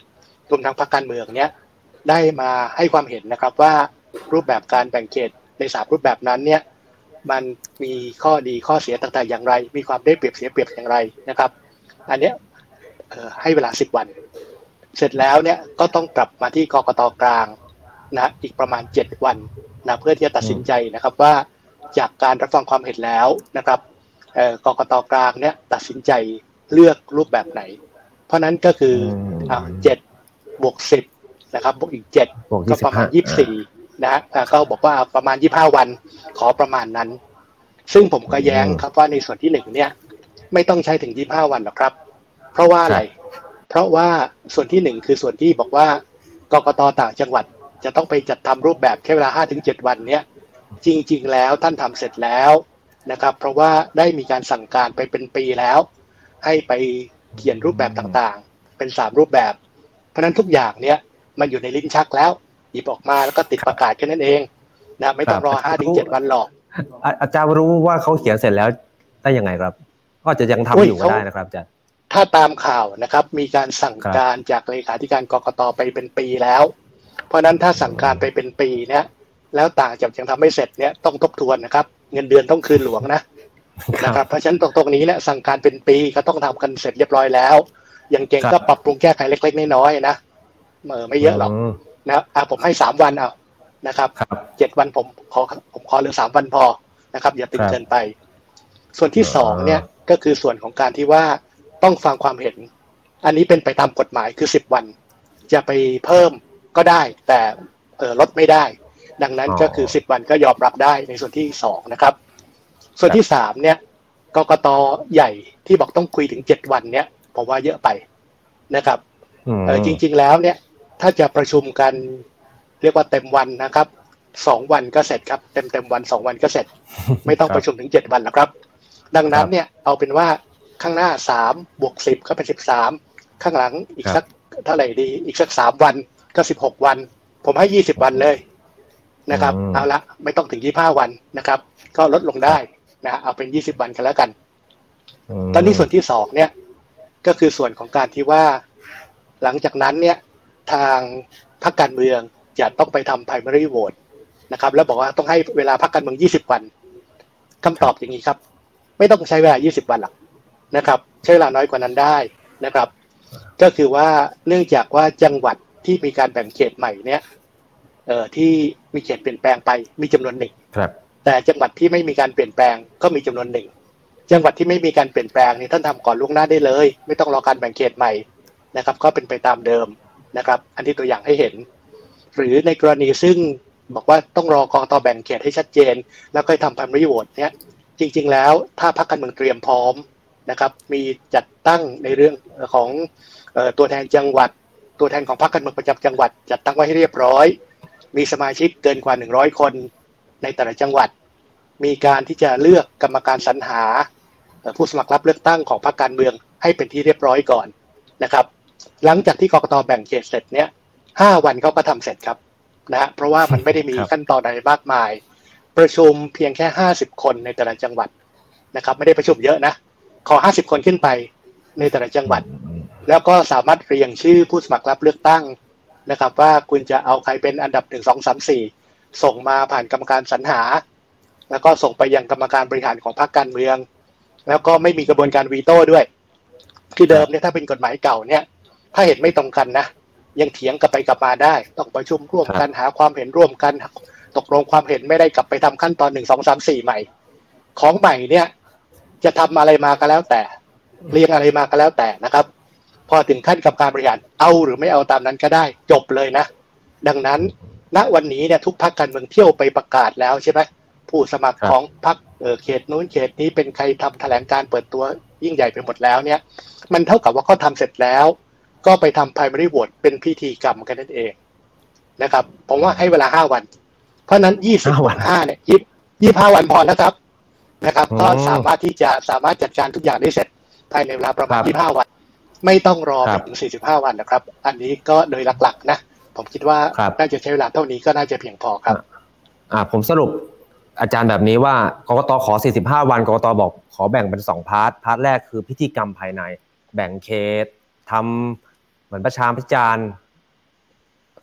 รวมทั้งพรรคการเมืองเนี้ยได้มาให้ความเห็นนะครับว่ารูปแบบการแบ่งเขตในสามรูปแบบนั้นเนี่ยมันมีข้อดีข้อเสียต่างๆอย่างไรมีความได้เปรียบเสียเปรียบอย่างไรนะครับอันเนี้ยเอ่อให้เวลาสิบวันเสร็จแล้วเนี่ยก็ต้องกลับมาที่กกต.กลางนะอีกประมาณเจ็ดวันนะเพื่อที่จะตัดสินใจนะครับว่าจากการรับฟังความเห็นแล้วนะครับเอ่อกกต.กลางเนี่ยตัดสินใจเลือกรูปแบบไหนเพราะนั้นก็คืออ่าเจ็ดบวกสิบนะครับบวกอีกเจ็ดก็ประมาณยี่สิบสี่นะฮะก็บอกว่าประมาณยี่สิบห้าวันขอประมาณนั้นซึ่งผมก็แย้งครับว่าในส่วนที่หนึ่งเนี่ยไม่ต้องใช้ถึงยี่สิบห้าวันหรอกครับเพราะว่าอะไรเพราะว่าส่วนที่หนึ่งคือส่วนที่บอกว่ากกต.ต่างจังหวัดจะต้องไปจัดทำรูปแบบแค่เวลา ห้าถึงเจ็ด วันเนี้ยจริงๆแล้วท่านทำเสร็จแล้วนะครับเพราะว่าได้มีการสั่งการไปเป็นปีแล้วให้ไปเขียนรูปแบบต่างๆเป็นสามรูปแบบเพราะนั้นทุกอย่างเนี้ยมันอยู่ในลิ้นชักแล้วหยิบออกมาแล้วก็ติดประกาศแค่นั้นเองนะไม่ต้องรอ ห้าถึงเจ็ด วันหรอกอาจารย์รู้ว่าเขาเขียนเสร็จแล้วได้ยังไงครับก็จะยังทำอยู่ก็ได้นะครับอาจารย์ถ้าตามข่าวนะครับมีการสั่งการจากเลขาธิการกกต.ไปเป็นปีแล้วเพราะนั้นถ้าสั่งการไปเป็นปีเนี้ยแล้วต่างจากยังทำไม่เสร็จเนี้ยต้องทบทวนนะครับเงินเดือนต้องคืนหลวงนะนะครับเพราะฉะนั้นตรงตรงนี้เนี่ยสั่งการเป็นปีก็ต้องทำกันเสร็จเรียบร้อยแล้วยังเก่งก็ปรับปรุงแก้ไขเล็กๆน้อยๆนะเออไม่เยอะหรอกนะอ่ะผมให้สามวันเอานะครับเจ็ดวันผมขอผมขอเหลือสามวันพอนะครับอย่าติดเกินไปส่วนที่สองเนี่ยก็คือส่วนของการที่ว่าต้องฟังความเห็นอันนี้เป็นไปตามกฎหมายคือสิบวันจะไปเพิ่มก็ได้แต่เออลดไม่ได้ดังนั้นก็คือสิบวันก็ยอมรับได้ในส่วนที่สองนะครับส่วนที่สามเนี่ยกกต.ใหญ่ที่บอกต้องคุยถึงเจ็ดวันเนี่ยผมว่าเยอะไปนะครับเออจริงๆแล้วเนี่ยถ้าจะประชุมกันเรียกว่าเต็มวันนะครับสองวันก็เสร็จครับเต็มเต็มวันสองวันก็เสร็จไม่ต้องประชุมถึงเจ็ดวันนะครับดังนั้นเนี่ยเอาเป็นว่าข้างหน้าสามบวกสิบก็เป็นสิบสามข้างหลังอีกสักเท่าไหร่ดีอีกสักสามวันก็สิบหกวันผมให้ยี่สิบวันเลยนะครับเอาละไม่ต้องถึงยี่สิบห้าวันนะครับก็ลดลงได้นะเอาเป็นยี่สิบวันกันแล้วกันตอนนี้ส่วนที่สองเนี่ยก็คือส่วนของการที่ว่าหลังจากนั้นเนี่ยทางพรรคการเมืองจะต้องไปทำ primary vote นะครับแล้วบอกว่าต้องให้เวลาพรรคการเมืองยี่สิบวันคำตอบอย่างนี้ครับไม่ต้องใช้เวลายี่สิบวันหรอกนะครับใช้เวลาน้อยกว่านั้นได้นะครับก็คือว่าเนื่องจากว่าจังหวัดที่มีการแบ่งเขตใหม่เนี่ยเอ่อที่มีเขตเปลี่ยนแปลงไปมีจำนวนหนึ่งครับแต่จังหวัดที่ไม่มีการเปลี่ยนแปลงก็มีจำนวนหนึ่งจังหวัดที่ไม่มีการเปลี่ยนแปลงนี่ท่านทำก่อนล่วงหน้าได้เลยไม่ต้องรอการแบ่งเขตใหม่นะครับก็เป็นไปตามเดิมนะครับอันที่ตัวอย่างให้เห็นหรือในกรณีซึ่งบอกว่าต้องรอกกต.แบ่งเขตให้ชัดเจนแล้วค่อยทำ primary vote เนี่ยจริงๆแล้วถ้าพรรคการเมืองเตรียมพร้อมนะครับมีจัดตั้งในเรื่องของเอ่อตัวแทนจังหวัดตัวแทนของพรรคการเมืองประจำจังหวัดจัดตั้งไว้ให้เรียบร้อยมีสมาชิกเกินกว่าหนึ่งร้อยคนในแต่ละจังหวัดมีการที่จะเลือกกรรมการสรรหาผู้สมัครรับเลือกตั้งของพรรคการเมืองให้เป็นที่เรียบร้อยก่อนนะครับหลังจากที่กกต.แบ่งเขตเสร็จเนี้ยห้าวันเขาก็ทำเสร็จครับนะฮะเพราะว่ามันไม่ได้มีขั้นตอนอะไรมากมายประชุมเพียงแค่ห้าสิบคนในแต่ละจังหวัดนะครับไม่ได้ประชุมเยอะนะขอห้าสิบคนขึ้นไปในแต่ละจังหวัดแล้วก็สามารถเรียงชื่อผู้สมัครรับเลือกตั้งนะครับว่าคุณจะเอาใครเป็นอันดับหนึ่ง สอง สาม สี่ส่งมาผ่านกรรมการสรรหาแล้วก็ส่งไปยังกรรมการบริหารของพรรคการเมืองแล้วก็ไม่มีกระบวนการวีโต้ด้วยคือเดิมเนี่ยถ้าเป็นกฎหมายเก่าเนี่ยถ้าเห็นไม่ตรงกันนะยังเถียงกลับไปกลับมาได้ต้องประชุมร่วมกันหาความเห็นร่วมกันตกลงความเห็นไม่ได้กลับไปทำขั้นตอนหนึ่ง สอง สาม สี่ใหม่ของใหม่เนี่ยจะทำอะไรมาก็แล้วแต่เรียงอะไรมาก็แล้วแต่นะครับพอถึงขั้นกรรมการบริหารเอาหรือไม่เอาตามนั้นก็ได้จบเลยนะดังนั้นณวันนี้เนี่ยทุกพรรคการเมืองเที่ยวไปประกาศแล้วใช่ไหมผู้สมัครของพรรคเอ่อเขตนู้นเขตนี้เป็นใครทำแถลงการเปิดตัวยิ่งใหญ่ไปหมดแล้วเนี่ยมันเท่ากับว่าเขาทำเสร็จแล้วก็ไปทำ primary vote เป็นพิธีกรรมกันนั่นเองนะครับผมว่าให้เวลาห้าวันเพราะนั้นยี่สิบวันห้าเนี่ยยี่สิบห้าวันพอแล้วครับนะครับก็สามารถที่จะสามารถจัดการทุกอย่างได้เสร็จภายในเวลาประมาณยี่สิบห้าวันไม่ต้องรอถึงสี่สิบห้าวันนะครับอันนี้ก็โดยหลักๆนะผมคิดว่าน่าจะใช้เวลาเท่านี้ก็น่าจะเพียงพอครับอ่าผมสรุปอาจารย์แบบนี้ว่ากกต.ขอสี่สิบห้าวันกกต.บอกขอแบ่งเป็นสองพาร์ทพาร์ทแรกคือพิธีกรรมภายในแบ่งเขตทำเหมือนประชาพิจารณ์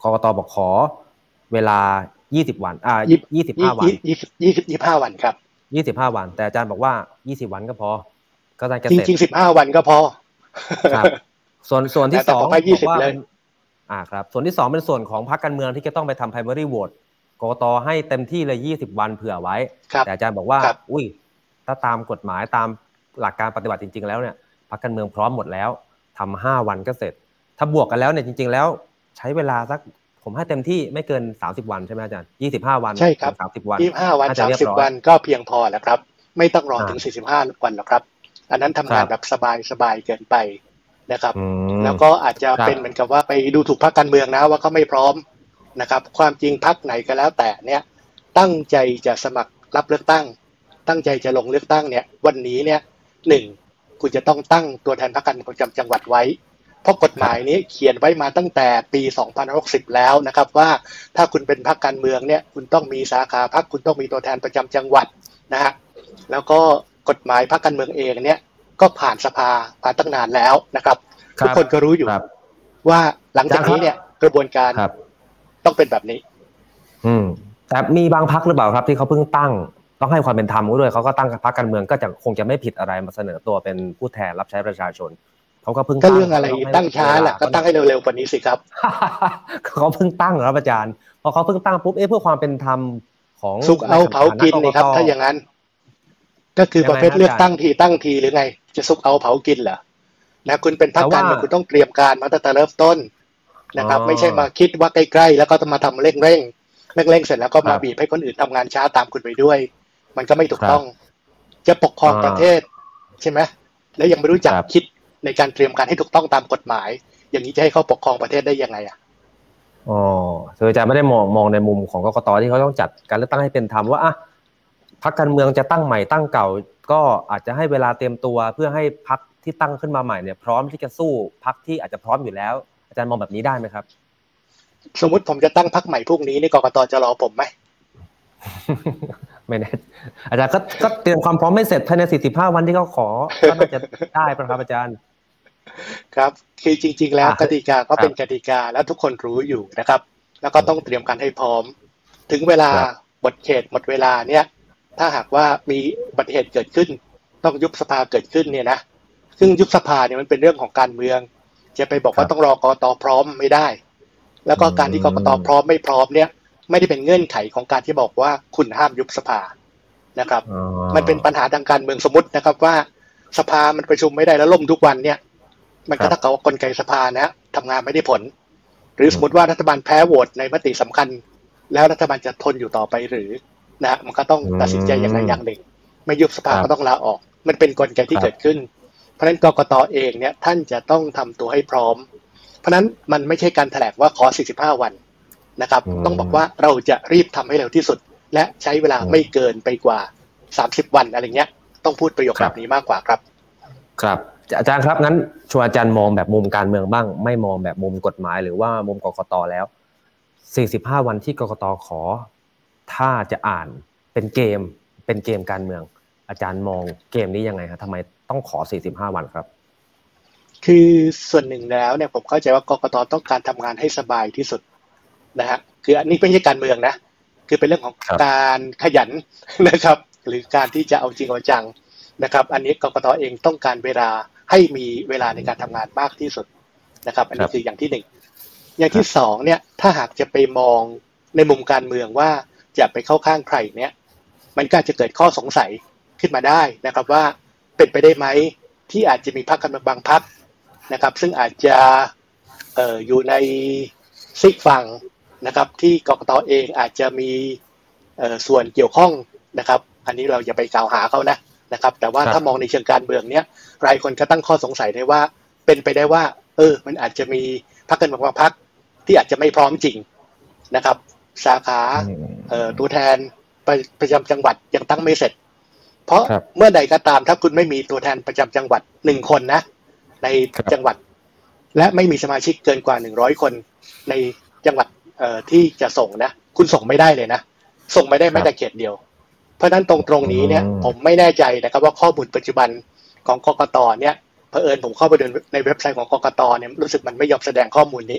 กกต.บอกขอเวลายี่สิบวันอ่ายี่สิบห้าวันยี่สิบ ยี่สิบ ยี่สิบห้าวันครับยี่สิบห้าวันแต่อาจารย์บอกว่ายี่สิบวันก็พอก็จะเสร็จจริงๆสิบห้าวันก็พอครับส่วนส่วนที่สองบอกว่าเลยอ่าครับส่วนที่สองเป็นส่วนของพรรคการเมืองที่จะต้องไปทำ primary vote กกต.ให้เต็มที่เลยยี่สิบวันเผื่อไว้แต่อาจารย์บอกว่าอุ้ยถ้าตามกฎหมายตามหลักการปฏิบัติจริงๆแล้วเนี่ยพรรคการเมืองพร้อมหมดแล้วทำห้าวันก็เสร็จถ้าบวกกันแล้วเนี่ยจริงๆแล้วใช้เวลาสักผมให้เต็มที่ไม่เกินสามสิบวันใช่ไหมอาจารย์ยี่สิบห้าวันใช่ครับสามสิบวันยี่สิบห้าวันสามสิบวันก็เพียงพอแล้วครับไม่ต้องรอถึงสี่สิบห้าวันหรอกครับอันนั้นทำงานแบบสบายๆเกินไปนะครับแล้วก็อาจจะเป็นเหมือนกับว่าไปดูถูกพรรคการเมืองนะว่าเขาไม่พร้อมนะครับความจริงพรรคไหนก็แล้วแต่เนี่ยตั้งใจจะสมัครรับเลือกตั้งตั้งใจจะลงเลือกตั้งเนี่ยวันนี้เนี่ยหนึ่งคุณจะต้องตั้งตัวแทนพรรคการเมืองประจำจังหวัดไว้เพราะกฎหมายนี้เขียนไว้มาตั้งแต่ปีสองพันห้าร้อยหกสิบแล้วนะครับว่าถ้าคุณเป็นพรรคการเมืองเนี่ยคุณต้องมีสาขาพรรคคุณต้องมีตัวแทนประจำจังหวัดนะฮะแล้วก็กฎหมายพรรคการเมืองเองเนี่ยก็ผ่านสภาผ่านตั้งนานแล้วนะครับทุกคนก็รู้อยู่ว่าหลังจากนี้เนี่ยกระบวนการต้องเป็นแบบนี้อืมแต่มีบางพรรคหรือเปล่าครับที่เขาเพิ่งตั้งต้องให้ความเป็นธรรมด้วยเขาก็ตั้งพรรคการเมืองก็จะคงจะไม่ผิดอะไรมาเสนอตัวเป็นผู้แทนรับใช้ประชาชนเขาก็เพิ่งก็เรื่องอะไรตั้งช้าแหละก็ตั้งให้เร็วๆกว่านี้สิครับเขาเพิ่งตั้งครับอาจารย์พอเขาเพิ่งตั้งปุ๊บเอ๊ะเพื่อความเป็นธรรมของสุกเอาเผากินนี่ครับถ้าอย่างนั้นก็คือประเภทเลือกตั้งทีตั้งทีหรือไงจะสุกเอาเผากินเหรอนะคุณเป็นพรรคการเมืองคุณต้องเตรียมการมาตั้งแต่เริ่มต้นนะครับไม่ใช่มาคิดว่าใกล้ๆแล้วก็จะมาทำเร่งเร่งเร่งเร่งเสร็จแล้วก็มาบีบให้คนอื่นทำงานช้าตามคุณไปด้วยมันก็ไม่ถูกต้องจะปกครองประเทศใช่ไหมแล้วยังไม่รู้จักคิดในการเตรียมการให้ถูกต้องตามกฎหมายอย่างนี้จะให้เขาปกครองประเทศได้ยังไงอ่ะอ๋อคืออาจารย์ไม่ได้มองมองในมุมของกกต.ที่เขาต้องจัดการเลือกตั้งให้เป็นธรรมว่าอ่ะพรรคการเมืองจะตั้งใหม่ตั้งเก่าก็อาจจะให้เวลาเตรียมตัวเพื่อให้พรรคที่ตั้งขึ้นมาใหม่เนี่ยพร้อมที่จะสู้พรรคที่อาจจะพร้อมอยู่แล้วอาจารย์มองแบบนี้ได้ไหมครับสมมุติผมจะตั้งพรรคใหม่พวกนี้ในกกต.จะรอผมไหมไม่แน่อาจารย์ก็ก็เตรียมความพร้อมไม่เสร็จภายในสี่สิบห้าวันที่เขาขอก็น่าจะได้ป่ะครับอาจารย์ครับคือจริงๆแล้วกติกาก็เป็นกติกาแล้วทุกคนรู้อยู่นะครับแล้วก็ต้องเตรียมการให้พร้อมถึงเวลาหมดเขตหมดเวลาเนี่ยถ้าหากว่ามีอุบัติเหตุเกิดขึ้นต้องยุบสภาเกิดขึ้นเนี่ยนะซึ่งยุบสภาเนี่ยมันเป็นเรื่องของการเมืองจะไปบอกว่าต้องรอกกต.พร้อมไม่ได้แล้วก็การที่กกต.พร้อมไม่พร้อมเนี่ยไม่ได้เป็นเงื่อนไขของการที่บอกว่าคุณห้ามยุบสภานะครับมันเป็นปัญหาทางการเมืองสมมตินะครับว่าสภามันประชุมไม่ได้แล้วล่มทุกวันเนี่ยมันก็ถ้าเกิดว่ากลไกสภานะทำงานไม่ได้ผลหรือสมมติว่ารัฐบาลแพ้โหวตในมติสำคัญแล้วรัฐบาลจะทนอยู่ต่อไปหรือนะมันก็ต้องตัดสินใจอย่างใดอย่างหนึ่งไม่ยุบสภาก็ต้องลาออกมันเป็นกลไกที่เกิดขึ้นเพราะฉะนั้นกกต.เองเนี่ยท่านจะต้องทำตัวให้พร้อมเพราะฉะนั้นมันไม่ใช่การแถลงว่าขอสี่สิบห้าวันนะครับต้องบอกว่าเราจะรีบทำให้เร็วที่สุดและใช้เวลาไม่เกินไปกว่าสามสิบวันอะไรเงี้ยต้องพูดประโยคแบบนี้มากกว่าครับครับอาจารย์ครับงั้นชวนอาจารย์มองแบบมุมการเมืองบ้างไม่มองแบบมุมกฎหมายหรือว่ามุมกกต.แล้วสี่สิบห้าวันที่กกต.ขอถ้าจะอ่านเป็นเกมเป็นเกมการเมืองอาจารย์มองเกมนี้ยังไงครับทำไมต้องขอสี่สิบห้าวันครับคือส่วนหนึ่งแล้วเนี่ยผมเข้าใจว่ากกต.ต้องการทำงานให้สบายที่สุดนะฮะคืออันนี้ไม่ใช่การเมืองนะคือเป็นเรื่องของการขยันนะครับหรือการที่จะเอาจริงเอาจังนะครับอันนี้กกต.เองต้องการเวลาให้มีเวลาในการทำงานมากที่สุดนะครับอันนี้คืออย่างที่หนึ่งอย่างที่สองเนี่ยถ้าหากจะไปมองในมุมการเมืองว่าจะไปเข้าข้างใครเนี่ยมันก็จะเกิดข้อสงสัยขึ้นมาได้นะครับว่าเป็นไปได้ไหมที่อาจจะมีพรรคการเมืองบางพรรคนะครับซึ่งอาจจะเอ่ออยู่ในซีกฝั่งนะครับที่กกต.เองอาจจะมีเอ่อส่วนเกี่ยวข้องนะครับอันนี้เราอย่าไปกล่าวหาเขานะนะครับแต่ว่าถ้ามองในเชิงการเมืองเนี้ยหลายคนก็ตั้งข้อสงสัยได้ว่าเป็นไปได้ว่าเออมันอาจจะมีพรรคการเมืองบางพรรคที่อาจจะไม่พร้อมจริงนะครับสาขาเอ่อตัวแทนประจำจังหวัดยังตั้งไม่เสร็จเพราะเมื่อใดก็ตามถ้าคุณไม่มีตัวแทนประจำจังหวัดหนึ่งคนนะในจังหวัดและไม่มีสมาชิกเกินกว่าหนึ่งร้อยคนในจังหวัดเอ่อที่จะส่งนะคุณส่งไม่ได้เลยนะส่งไม่ได้แม้แต่เขตเดียวเพราะฉะนั้นตรงตรงนี้เนี่ยผมไม่แน่ใจนะครับว่าข้อมูลปัจจุบันของกกต.เนี่ยเผอิญผมเข้าไปดูในเว็บไซต์ของกกต.เนี่ยรู้สึกมันไม่ยอมแสดงข้อมูลนี้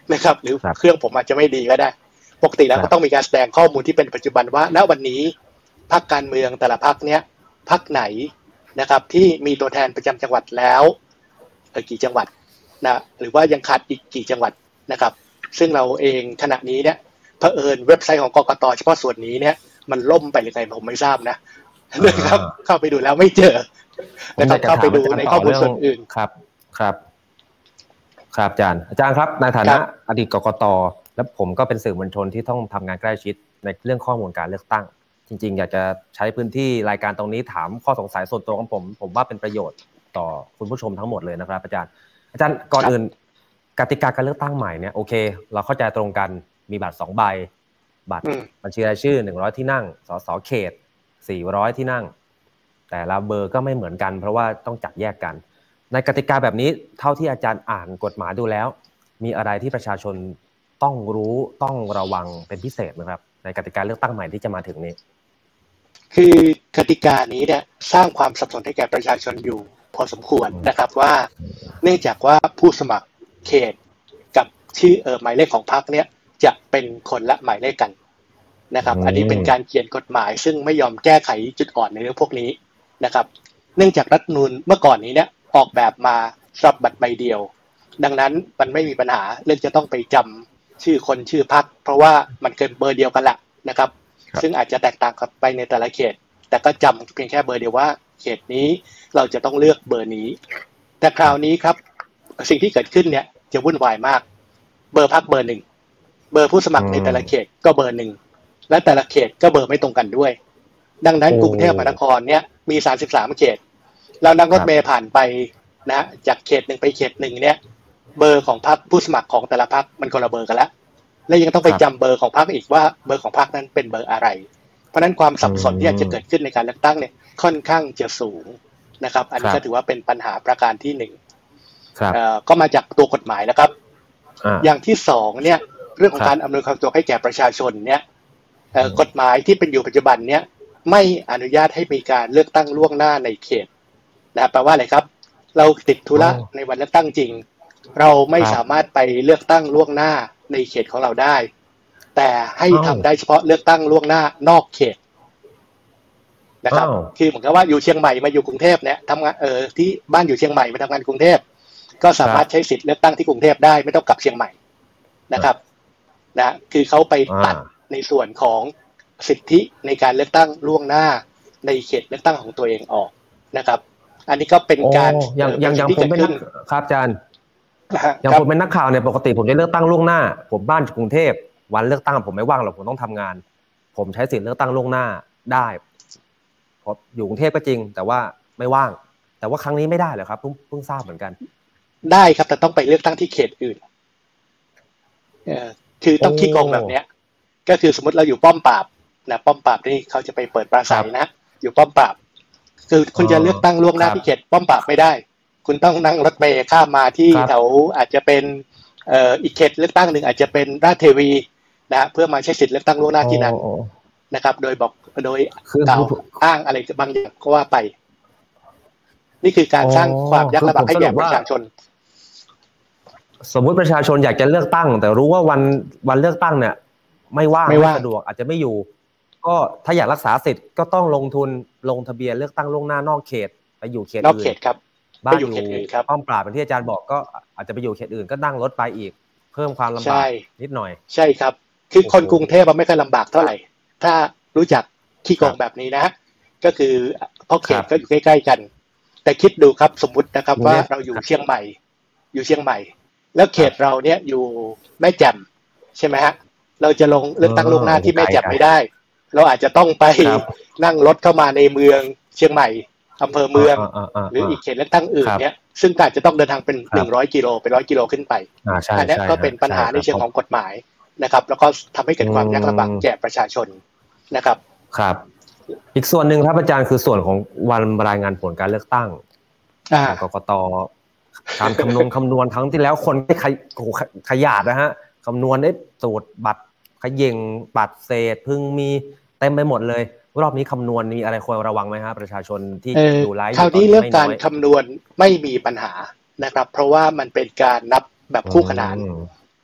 นะครับหรือเครื่องผมอาจจะไม่ดีก็ได้ปกติแล้วก็ต้องมีการแสดงข้อมูลที่เป็นปัจจุบันว่าณวันนี้พรรคการเมืองแต่ละพรรคเนี้ยพรรคไหนนะครับที่มีตัวแทนประจำจังหวัดแล้วเออกี่จังหวัดนะหรือว่ายังขาดอีกกี่จังหวัดนะครับซึ่งเราเองขณะนี้เนี่ยเผอิญเว็บไซต์ของกกต.เฉพาะส่วนนี้เนี่ยมันล่มไปหรือไงผมไม่ทราบนะนะครับเข้าไปดูแล้วไม่เจอนะครับเข้าไปดูในข้อมูลส่วนอื่นครับครับครับอาจารย์อาจารย์ครับในฐานะอดีตกกต.และผมก็เป็นสื่อมวลชนที่ต้องทำงานใกล้ชิดในเรื่องข้อมูลการเลือกตั้งจริงๆอยากจะใช้พื้นที่รายการตรงนี้ถามข้อสงสัยส่วนตัวของผมผมว่าเป็นประโยชน์ต่อคุณผู้ชมทั้งหมดเลยนะครับอาจารย์อาจารย์ก่อนอื่นกติกาการเลือกตั้งใหม่เนี่ยโอเคเราเข้าใจตรงกันมีบัตรสองใบบัตรบัญชีรายชื่อหนึ่งร้อยที่นั่งสสเขตสี่ร้อยที่นั่งแต่ละเบอร์ก็ไม่เหมือนกันเพราะว่าต้องจัดแยกกันในกติกาแบบนี้เท่าที่อาจารย์อ่านกฎหมายดูแล้วมีอะไรที่ประชาชนต้องรู้ต้องระวังเป็นพิเศษนะครับในกติกาเลือกตั้งใหม่ที่จะมาถึงนี้คือกติกานี้เนี่ยสร้างความสับสนให้แก่ประชาชนอยู่พอสมควรนะครับว่าเนื่องจากว่าผู้สมัครเขตกับชื่อเอ่อหมายเลขของพรรคเนี่ยจะเป็นคนละหมายเลขกันนะครับอันนี้เป็นการเขียนกฎหมายซึ่งไม่ยอมแก้ไขจุดอ่อนในเรื่องพวกนี้นะครับเนื่องจากรัฐธรรมนูญเมื่อก่อนนี้เนี่ยออกแบบมาสำหรับบัตรใบเดียวดังนั้นมันไม่มีปัญหาเรื่องจะต้องไปจำชื่อคนชื่อพรรคเพราะว่ามันเกินเบอร์เดียวกันละนะครับซึ่งอาจจะแตกต่างกันไปในแต่ละเขตแต่ก็จำเพียงแค่เบอร์เดียวว่าเขตนี้เราจะต้องเลือกเบอร์นี้แต่คราวนี้ครับสิ่งที่เกิดขึ้นเนี่ยจะวุ่นวายมากเบอร์พรรคเบอร์หนึ่งเบอร์ผู้สมัครในแต่ละเขตก็เบอร์หนึ่งและแต่ละเขตก็เบอร์ไม่ตรงกันด้วยดังนั้นกรุงเทพมหานครเนี่ยมีสามสิบสามเขตแล้วนั่งรถเมล์ผ่านไปนะจากเขตหนึ่งไปเขตหนึ่งเนี่ยเบอร์ของพรรคผู้สมัครของแต่ละพรรคมันคนละเบอร์กันแล้วและยังต้องไปจำเบอร์ของพรรคอีกว่าเบอร์ของพรรคนั้นเป็นเบอร์อะไรเพราะนั้นความสับสนที่อาจจะเกิดขึ้นในการเลือกตั้งเนี่ยค่อนข้างจะสูงนะครับอันนี้ก็ถือว่าเป็นปัญหาประการที่หนึ่งก็มาจากตัวกฎหมายนะครับอย่างที่สองเนี่ยเรื่องของการอำนวยความสะดวกให้แก่ประชาชนเนี่ยกฎหมายที่เป็นอยู่ปัจจุบันเนี่ยไม่อนุญาตให้มีการเลือกตั้งล่วงหน้าในเขตนะแปลว่าอะไรครับเราติดธุระในวันเลือกตั้งจริงเราไม่สามารถไปเลือกตั้งล่วงหน้าในเขตของเราได้แต่ให้ทำได้เฉพาะเลือกตั้งล่วงหน้านอกเขตนะครับคือเหมือนกับว่าอยู่เชียงใหม่มาอยู่กรุงเทพเนี่ยทำงานเออที่บ้านอยู่เชียงใหม่มาทำงานกรุงเทพก็สามารถใช้สิทธิ์เลือกตั้งที่กรุงเทพได้ไม่ต้องกลับเชียงใหม่นะครับนะคือเขาไปตัดในส่วนของสิทธิในการเลือกตั้งล่วงหน้าในเขตเลือกตั้งของตัวเองออกนะครับอันนี้ก็เป็นการอย่างอย่างอย่างผมเป็นนักครับอาจารย์อย่างผมเป็นนักข่าวเนี่ยปกติผมจะเลือกตั้งล่วงหน้าผมบ้านกรุงเทพวันเลือกตั้งผมไม่ว่างหรอกผมต้องทำงานผมใช้สิทธิ์เลือกตั้งล่วงหน้าได้เพราะอยู่กรุงเทพก็จริงแต่ว่าไม่ว่างแต่ว่าครั้งนี้ไม่ได้เหรอครับเพิ่งเพิ่งทราบเหมือนกันได้ครับแต่ต้องไปเลือกตั้งที่เขตอื่นเอ่อคือต้องขี้โกงแบบเนี้ยก็คือสมมติเราอยู่ป้อมปราบนะป้อมปราบนี่เขาจะไปเปิดปราศรัยนะอยู่ป้อมปราบคือคุณจะเลือกตั้งล่วงหน้าที่เขตป้อมปราบไม่ได้คุณต้องนั่งรถเมล์ข้ามมาที่แถวอาจจะเป็นเอ่ออีกเขตเลือกตั้งหนึ่งอาจจะเป็นราชเทวีนะเพื่อมาใช้สิทธิ์เลือกตั้งล่วงหน้าที่นั้นนะครับโดยบอกโดยกล่าวอ้างอะไรบางอย่างก็ว่าไปนี่คือการสร้างความยากลำบากให้แก่ประชาชนสมมุติประชาชนอยากจะเลือกตั้งแต่รู้ว่าวันวันเลือกตั้งเนี่ยไม่ว่างไม่สะดวกอาจจะไม่อยู่ก็ถ้าอยากรักษาสิทธิ์ก็ต้องลงทุนลงทะเบียนเลือกตั้งล่วงหน้านอกเขตไปอยู่เขตอื่นนอกเขตครับบ้านอยู่ป้อมปราบเป็นที่อาจารย์บอกก็อาจจะไปอยู่เขตอื่นก็นั่งรถไปอีกเพิ่มความลำบากนิดหน่อยใช่ครับคือคนกรุงเทพไม่ค่อยลำบากเท่าไหร่ถ้ารู้จักขี้โกงแบบนี้นะก็คือเพราะเขตก็อยู่ใกล้ๆกันแต่คิดดูครับสมมุตินะครับว่าเราอยู่เชียงใหม่อยู่เชียงใหม่แล้วเขตเราเนี่ยอยู่แม่แจ่มใช่ไหมฮะเราจะลงเลือกตั้งล่วงหน้าที่แม่แจ่มไม่ได้เราอาจจะต้องไปนั่งรถเข้ามาในเมืองเชียงใหม่อำเภอเมืองหรืออีกเขตเลือกตั้งอื่นเนี่ยซึ่งอาจจะต้องเดินทางเป็นหนึ่งร้อยกิโลเป็นร้อยกิโลขึ้นไปอันนี้ก็เป็นปัญหาในเชิงของกฎหมายนะครับแล้วก็ทำให้เกิดความยากลำบากแก่ประชาชนนะครับครับอีกส่วนหนึ่งครับอาจารย์คือส่วนของวันรายงานผลการเลือกตั้งกกต.การคำนวณคำนวณทั้งที่แล้วคนไม่ขยขยาดนะฮะคำนวณได้สูตรบัตรขยิงบัตรเศษพึ่งมีเต็มไปหมดเลยรอบนี้คำนวณมีอะไรควรระวังไหมครับประชาชนที่ดูไลฟ์คราวนี้เรื่องการคำนวณไม่มีปัญหานะครับเพราะว่ามันเป็นการนับแบบคู่ขนานฉ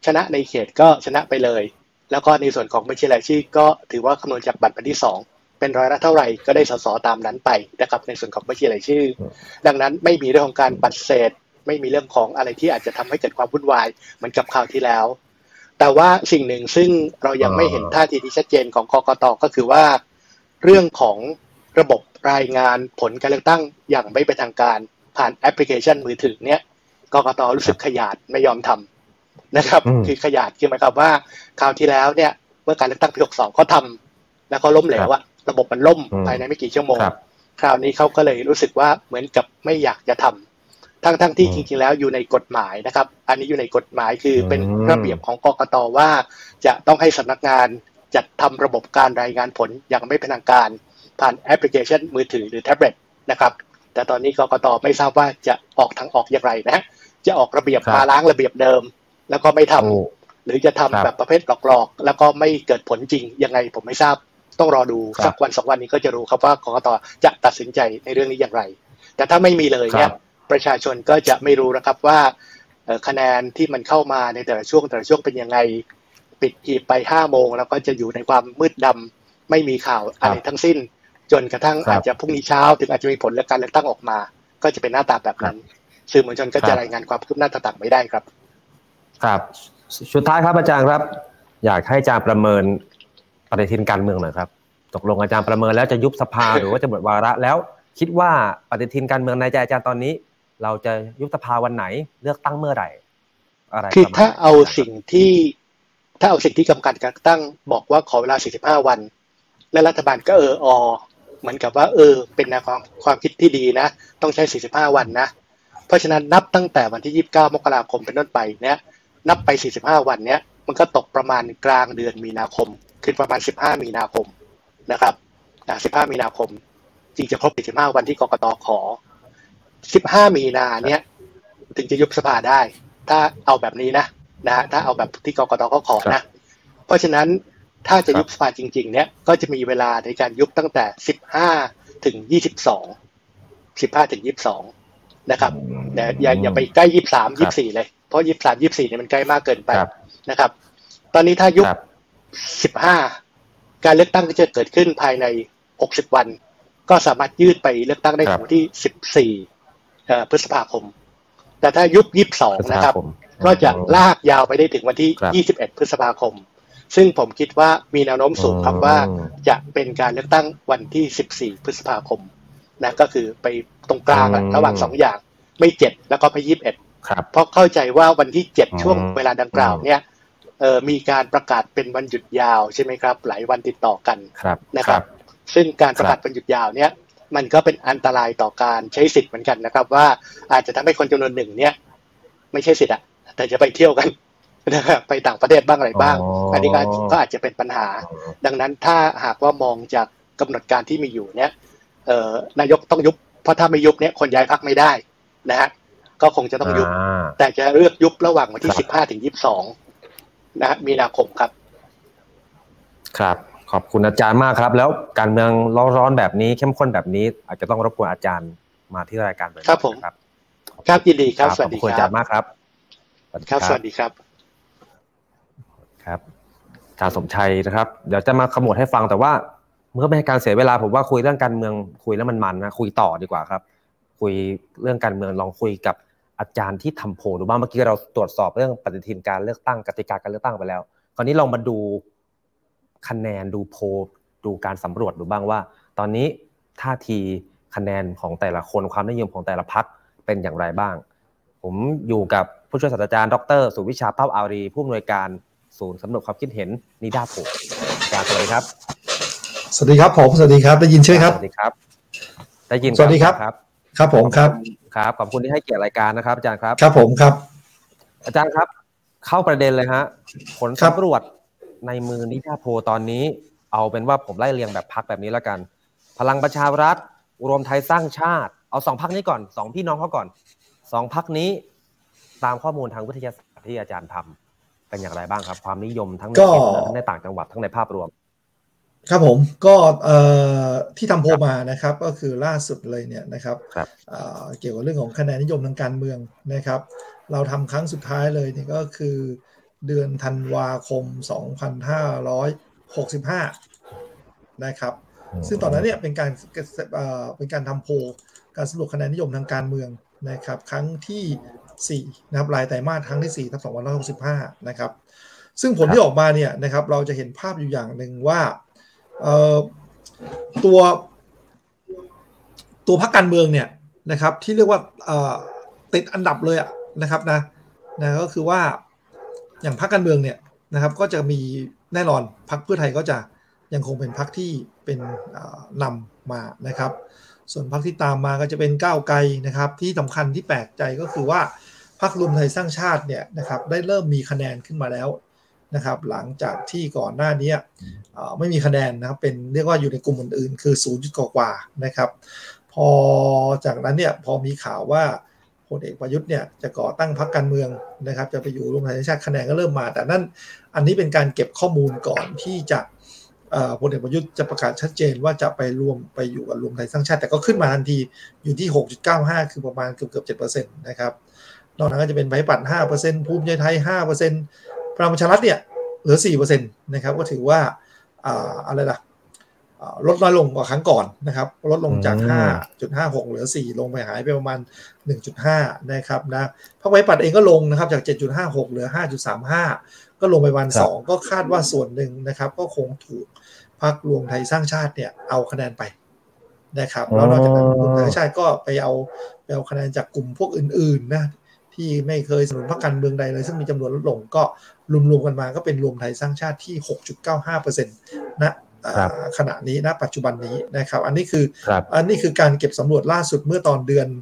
ชนะในเขตก็ชนะไปเลยแล้วก็ในส่วนของบัญชีรายชื่อก็ถือว่าคำนวณจากบัตรใบที่สองเป็นร้อยละเท่าไหร่ก็ได้สสตามนั้นไปนะครับในส่วนของบัญชีรายชื่อดังนั้นไม่มีเรื่องของการปัดเศษไม่มีเรื่องของอะไรที่อาจจะทำให้เกิดความวุ่นวายเหมือนกับคราวที่แล้วแต่ว่าสิ่งหนึ่งซึ่งเรายังไม่เห็นท่าทีที่ชัดเจนของกกต.ก็คือว่าเรื่องของระบบรายงานผลการเลือกตั้งอย่างไม่เป็นทางการผ่านแอปพลิเคชันมือถือเนี่ยกกต.รู้สึกขยาดไม่ยอมทำนะครับคือขยาดคือหมายความว่าคราวที่แล้วเนี่ยเมื่อการเลือกตั้งปีหกสิบสองเขาทำแล้วก็ล้มเหลวอะระบบมันล่มภายในไม่กี่ชั่วโมงคราวนี้เขาก็เลยรู้สึกว่าเหมือนกับไม่อยากจะทำทั้งทั้งที่จริงๆแล้วอยู่ในกฎหมายนะครับอันนี้อยู่ในกฎหมายคือเป็นระเบียบของกกต.ว่าจะต้องให้สำนักงานจัดทำระบบการรายงานผลอย่างไม่เป็นทางการผ่านแอปพลิเคชันมือถือหรือแท็บเล็ตนะครับแต่ตอนนี้กกต.ไม่ทราบว่าจะออกทางออกอย่างไรนะจะออกระเบียบมาล้างระเบียบเดิมแล้วก็ไม่ทำหรือจะทำแบบประเภทหลอกๆแล้วก็ไม่เกิดผลจริงยังไงผมไม่ทราบต้องรอดูสักวันสองวันนี้ก็จะรู้ครับว่ากกต.จะตัดสินใจในเรื่องนี้อย่างไรแต่ถ้าไม่มีเลยเนี่ยประชาชนก็จะไม่รู้นะครับว่าคะแนนที่มันเข้ามาในแต่ละช่วงแต่ละช่วงเป็นยังไงปิดหีบไปห้าโมงแล้วก็จะอยู่ในความมืดดำไม่มีข่าวอะไรทั้งสิ้นจนกระทั่งอาจจะพรุ่งนี้เช้าถึงอาจจะมีผลและการเลือกตั้งออกมาก็จะเป็นหน้าตาแบบนั้นสื่อมวลชนก็จะรายงานความคืบหน้าต่างๆไม่ได้ครับครับสุดท้ายครับอาจารย์ครับอยากให้อาจารย์ประเมินปฏิทินการเมืองหน่อยครับตกลงอาจารย์ประเมินแล้วจะยุบสภา หรือว่าจะหมดวาระแล้วคิดว่าปฏิทินการเมืองในใจอาจารย์ตอนนี้เราจะยุบสภาวันไหนเลือกตั้งเมื่อไหร่อะไรคือถ้าเอาสิ่งที่ถ้าเอาสิ่งที่กรรมการการตั้งบอกว่าขอเวลาสี่สิบห้าวันและรัฐบาลก็เอออเหมือนกับว่าเออเป็นแนวความความคิดที่ดีนะต้องใช้สี่สิบห้าวันนะเพราะฉะนั้นนับตั้งแต่วันที่ยี่สิบเก้ามกราคมเป็นต้นไปเนี่ยนับไปสี่สิบห้าวันเนี้ยมันก็ตกประมาณกลางเดือนมีนาคมคือประมาณสิบห้ามีนาคมนะครับนะสิบห้ามีนาคมจริงจะครบสี่สิบห้าวันที่กกต.ขอสิบห้ามีนาเนี้ยถึงจะยุบสภาได้ถ้าเอาแบบนี้นะนะฮะถ้าเอาแบบที่กกต.เขาขอนะเพราะฉะนั้นถ้าจะยุบสภาจริงๆเนี้ยก็จะมีเวลาในการยุบตั้งแต่สิบห้าถึงยี่สิบสอง สิบห้าถึงยี่สิบสองนะครับอย่าอย่าไปใกล้ยี่สิบสาม ยี่สิบสี่เลยเพราะยี่สิบสาม ยี่สิบสี่เนี่ยมันใกล้มากเกินไปนะครับตอนนี้ถ้ายุบสิบห้าการเลือกตั้งก็จะเกิดขึ้นภายในหกสิบวันก็สามารถยืดไปเลือกตั้งได้ถึงวันที่สิบสี่เอ่อพฤษภาคมแต่ถ้ายุบยี่สิบสองนะครับก็จะลากยาวไปได้ถึงวันที่ยี่สิบเอ็ดพฤษภาคมซึ่งผมคิดว่ามีแนวโน้มสูงครับว่าจะเป็นการเลือกตั้งวันที่สิบสี่พฤษภาคมนะก็คือไปตรงกลางระหว่างสองอย่างไม่เจ็ดแล้วก็ไม่ยี่สิบเอ็ดเพราะเข้าใจว่าวันที่เจ็ดช่วงเวลาดังกล่าวเนี่ยเอ่อมีการประกาศเป็นวันหยุดยาวใช่ไหมครับหลายวันติดต่อกันนะครับซึ่งการประกาศวันหยุดยาวเนี่ยมันก็เป็นอันตรายต่อการใช้สิทธิ์เหมือนกันนะครับว่าอาจจะทำให้คนจำนวนหนึ่งเนี่ยไม่ใช่สิทธิ์อะแต่จะไปเที่ยวกันนะครับไปต่างประเทศบ้างอะไรบ้างอันนี้ก็อาจจะเป็นปัญหาดังนั้นถ้าหากว่ามองจากกำหนดการที่มีอยู่เนี่ยเอ่อนายกต้องยุบเพราะถ้าไม่ยุบเนี่ยคนย้ายพรรคไม่ได้นะฮะก็คงจะต้องยุบแต่จะเลือกยุบระหว่างวันที่สิบห้าถึงยี่สิบสองนะฮะมีนาคมครับครับขอบคุณอาจารย์มากครับแล้วการเมืองร้อนๆแบบนี้เข้มข้นแบบนี้อาจจะต้องรบกวนอาจารย์มาที่รายการบ่อยๆครับผมครับครับยินดีครับสวัสดีครับขอบคุณอาจารย์มากครับครับสวัสดีครับครับอาจารย์สมชัยนะครับเดี๋ยวจะมาขมวดให้ฟังแต่ว่าเมื่อไม่ให้การเสียเวลาผมว่าคุยเรื่องการเมืองคุยแล้วมันๆนะคุยต่อดีกว่าครับคุยเรื่องการเมืองลองคุยกับอาจารย์ที่ทำโพลดูบ้างเมื่อกี้เราตรวจสอบเรื่องปฏิทินการเลือกตั้งกติกาการเลือกตั้งไปแล้วคราวนี้ลองมาดูคะแนนดูโพลดูการสำรวจดูบ้างว่าตอนนี้ท่าทีคะแนนของแต่ละคนความนิยมของแต่ละพรรคเป็นอย่างไรบ้างผมอยู่กับผู้ช่วยศาสตราจารย์ดร.สุวิชาภาพอารีผู้อำนวยการศูนย์สำรวจความคิดเห็นนิด้าโพลอาจารย์สวัสดีครับสวัสดีครับผมสวัสดีครับได้ยินใช่ไหมครับสวัสดีครับได้ยินสวัสดีครับครับผมครับครับขอบคุณที่ให้เกียรติรายการนะครับอาจารย์ครับครับผมครับอาจารย์ครับเข้าประเด็นเลยฮะผลสำรวจในมือนิด้าโพลตอนนี้เอาเป็นว่าผมไล่เรียงแบบพรรคแบบนี้แล้วกันพลังประชารัฐรวมไทยสร้างชาติเอาสองพรรคนี้ก่อนสองพี่น้องเขาก่อนสองพรรคนี้ตามข้อมูลทางวิทยาศาสตร์ที่อาจารย์ทำเป็นอย่างไรบ้างครับความนิยมทั้งในเขตทั้งในต่างจังหวัดทั้งในภาพรวมครับผมก็ที่ทำโพลมานะครับก็คือล่าสุดเลยเนี่ยนะครับเกี่ยวกับเรื่องของคะแนนนิยมทางการเมืองนะครับเราทำครั้งสุดท้ายเลยเนี่ยก็คือเดือนธันวาคมสองพันห้าร้อยหกสิบห้านะครับซึ่งตอนนั้นเนี่ยเป็นการเอ่อเป็นการทำโพลการสำรวจคะแนนนิยมทางการเมืองนะครับครั้งที่สี่นะครับรายไตรมาสครั้งที่สี่ทับสองพันห้าร้อยหกสิบห้านะครับซึ่งผลที่ออกมาเนี่ยนะครับเราจะเห็นภาพอยู่อย่างหนึ่งว่าเอ่อตัวตัวพรรคการเมืองเนี่ยนะครับที่เรียกว่าเอ่อติดอันดับเลยอะนะครับนะนะก็คือว่าอย่างพรรคการเมืองเนี่ยนะครับก็จะมีแน่นอนพรรคเพื่อไทยก็จะยังคงเป็นพรรคที่เป็นนำมานะครับส่วนพรรคที่ตามมาก็จะเป็นก้าวไกลนะครับที่สำคัญที่แปลกใจก็คือว่าพรรครวมไทยสร้างชาติเนี่ยนะครับได้เริ่มมีคะแนนขึ้นมาแล้วนะครับหลังจากที่ก่อนหน้านี้ไม่มีคะแนนนะครับเป็นเรียกว่าอยู่ในกลุ่มอื่นๆคือศูนย์จุดกว่าๆนะครับพอจากนั้นเนี่ยพอมีข่าวว่าพลเอกประยุทธ์เนี่ยจะก่อตั้งพรรคการเมืองนะครับจะไปอยู่รวมไทยสร้างชาติคะแนนก็เริ่มมาแต่นั่นอันนี้เป็นการเก็บข้อมูลก่อนที่จะพลเอกประยุทธ์จะประกาศชัดเจนว่าจะไปรวมไปอยู่กับรวมไทยสร้างชาติแต่ก็ขึ้นมาทันทีอยู่ที่ หกจุดเก้าห้า คือประมาณเกือบๆ เจ็ดเปอร์เซ็นต์ นะครับนอกนั้นก็จะเป็นประชาธิปัตย์ ห้าเปอร์เซ็นต์ ภูมิใจไทย ห้าเปอร์เซ็นต์ พลังประชารัฐเนี่ยเหลือ สี่เปอร์เซ็นต์ นะครับก็ถือว่าอ่าอะไรล่ะลดน้อยลงกว่าครั้งก่อนนะครับลดลงจาก ห้าจุดห้าหก เหลือสี่ลงไปหายไปประมาณ หนึ่งจุดห้า นะครับนะพรรคประชาธิปัตย์เองก็ลงนะครับจาก เจ็ดจุดห้าหก เหลือ ห้าจุดสามห้า ก็ลงไปประมาณสองก็คาดว่าส่วนหนึ่งนะครับก็คงถูกพรรครวมไทยสร้างชาติเนี่ยเอาคะแนนไปนะครับแล้วนอกจากนั้นรวมไทยสร้างชาติก็ไปเอาไปเอาคะแนนจากกลุ่มพวกอื่นๆนะที่ไม่เคยสนับสนุนพรรคการเมืองใดเลยซึ่งมีจำนวนลดลงก็รวมๆกันมาก็เป็นรวมไทยสร้างชาติที่ หกจุดเก้าห้าเปอร์เซ็นต์ นะขณะนี้นะปัจจุบันนี้นะครับอันนี้คืออันนี้คือการเก็บสำรวจล่าสุดเมื่อตอนเดือน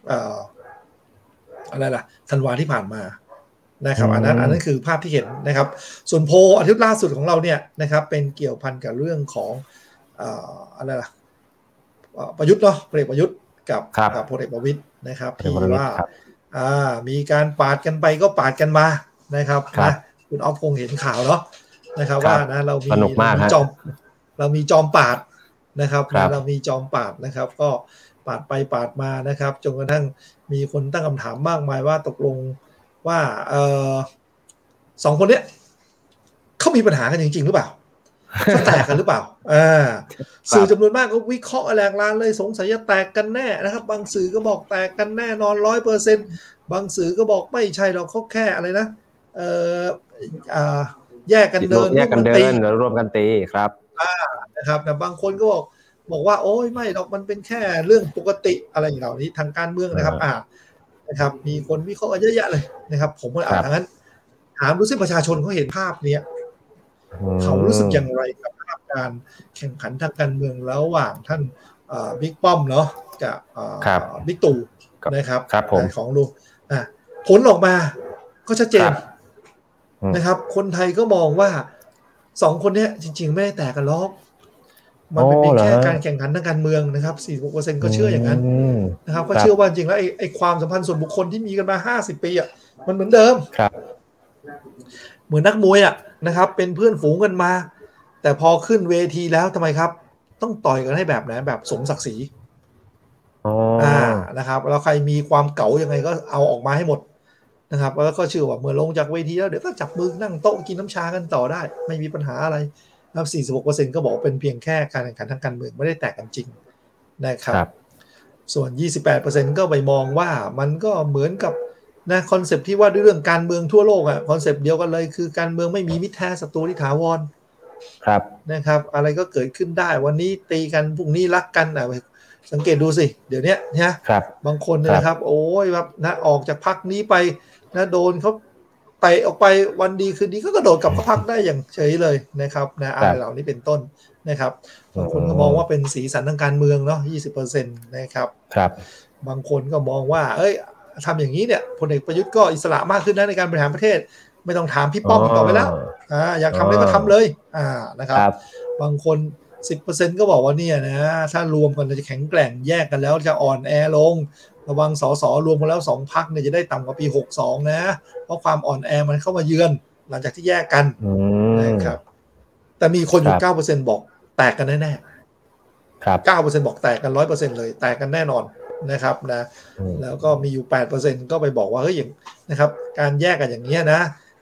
อะไรล่ะธันวาที่ผ่านมานะครับอันนั้นอันนั้นคือภาพที่เห็นนะครับส่วนโพลอาทิตย์ล่าสุดของเราเนี่ยนะครับเป็นเกี่ยวพันกับเรื่องของอะไรล่ะประยุทธ์เนาะพลเอกประยุทธ์กับพลเอกประวิตรนะครับที่ว่ามีการปาดกันไปก็ปาดกันมานะครับนะคุณอ๊อฟคงเห็นข่าวเนาะนะครับว่านะเรามีจอมเรามีจอมปาดนะครับนะเรามีจอมปาดนะครับก็ปาดไปปาดมานะครับจนกระทั่งมีคนตั้งคำถามมากมายว่าตกลงว่าเออสองคนเนี้ยเขามีปัญหากันจริงๆหรือเปล่าเขาแตกกันหรือเปล่าอ่าสื่อจำนวนมากก็วิเคราะห์แหลกลานเลยสงสัยจะแตกกันแน่นะครับบางสื่อก็บอกแตกกันแน่นอน ร้อยเปอร์เซ็นต์ บางสื่อก็บอกไม่ใช่หรอกเขาแค่อะไรนะเอ่ออ่าแยกกันเดินแยกกันเดินหรือรวมกันตีครับอ่านะครับแต่บางคนก็บอกบอกว่าโอ้ยไม่หรอกมันเป็นแค่เรื่องปกติอะไรอย่างเหล่านี้ทางการเมืองนะครับอ่านะครับมีคนวิเคราะห์เยอะแยะเลยนะครับผมก็อ่านงั้นถามดูสิประชาชนเขาเห็นภาพเนี้ยเขารู้สึกอย่างไรกับภาพการแข่งขันทางการเมืองระหว่างท่านบิ๊กป้อมเนาะกับบิ๊กตู่นะครับของลุงอ่าผลออกมาก็ชัดเจนนะครับคนไทยก็มองว่าสองคนนี้จริงๆไม่ได้แตกกันหรอกมันเป็นแค่การแข่งขันทางการเมืองนะครับ สี่สิบหกเปอร์เซ็นต์ ก็เชื่ออย่างนั้นนะครับก็เชื่อว่าจริงแล้วไอ้ไอ้ความสัมพันธ์ส่วนบุคคลที่มีกันมาห้าสิบปีอ่ะมันเหมือนเดิมเหมือนนักมวยอ่ะนะครับเป็นเพื่อนฝูงกันมาแต่พอขึ้นเวทีแล้วทำไมครับต้องต่อยกันให้แบบไหนแบบสมศักดิ์ศรีอ่านะครับแล้วใครมีความเก๋ายังไงก็เอาออกมาให้หมดนะครับแล้วก็เชื่อว่าเมื่อลงจากเวทีแล้วเดี๋ยวก็จับมือนั่งโต๊ะกินน้ำชากันต่อได้ไม่มีปัญหาอะไรแล้ว สี่สิบหกเปอร์เซ็นต์ ก็บอกเป็นเพียงแค่การแข่งขันทางการเมืองไม่ได้แตกกันจริงนะครับส่วน ยี่สิบแปดเปอร์เซ็นต์ ก็ไปมองว่ามันก็เหมือนกับนะคอนเซปต์ที่ว่าด้วยเรื่องการเมืองทั่วโลกอ่ะคอนเซปต์เดียวกันเลยคือการเมืองไม่มีมิตรแท้ศัตรูที่ถาวรครับนะครับอะไรก็เกิดขึ้นได้วันนี้ตีกันพรุ่งนี้รักกันอ่ะสังเกตดูสิเดี๋ยวนี้นะครับบางคนนะครับโอ้ยแบบนะออกจากพรรคนี้ไปนะโดนเขาเตะออกไปวันดีคืนดีก็กระโดดกลับเข้าพรรคได้อย่างเฉยเลยนะครับนะอะไรเหล่านี้เป็นต้นนะครับบางคนก็มองว่าเป็นสีสันทางการเมืองเนาะ ยี่สิบเปอร์เซ็นต์ นะครับครับบางคนก็มองว่าเอ้ยทำอย่างนี้เนี่ยพลเอกประยุทธ์ก็อิสระมากขึ้นนะในการบริหารประเทศไม่ต้องถามพี่ป้อมต่อไปแล้วอ่าอยากทำอะไรก็ทำเลยอ่านะครับบางคน สิบเปอร์เซ็นต์ ก็บอกว่าเนี่ยนะถ้ารวมกันจะแข็งแกร่งแยกกันแล้วจะอ่อนแอลงระวังสสรวมกันแล้วสองพรรคเนี่ยจะได้ต่ำกว่าปีหกสิบสองนะเพราะความอ่อนแอมันเข้ามาเยือนหลังจากที่แยกกันนะครับแต่มีคนอยู่ เก้าเปอร์เซ็นต์ บอกแตกกันแน่ๆครับ เก้าเปอร์เซ็นต์ บอกแตกกัน ร้อยเปอร์เซ็นต์ เลยแตกกันแน่นอนนะครับนะแล้วก็มีอยู่ แปดเปอร์เซ็นต์ ก็ไปบอกว่าเฮ้ยอย่างนะครับการแยกกันอย่างเงี้ยนะ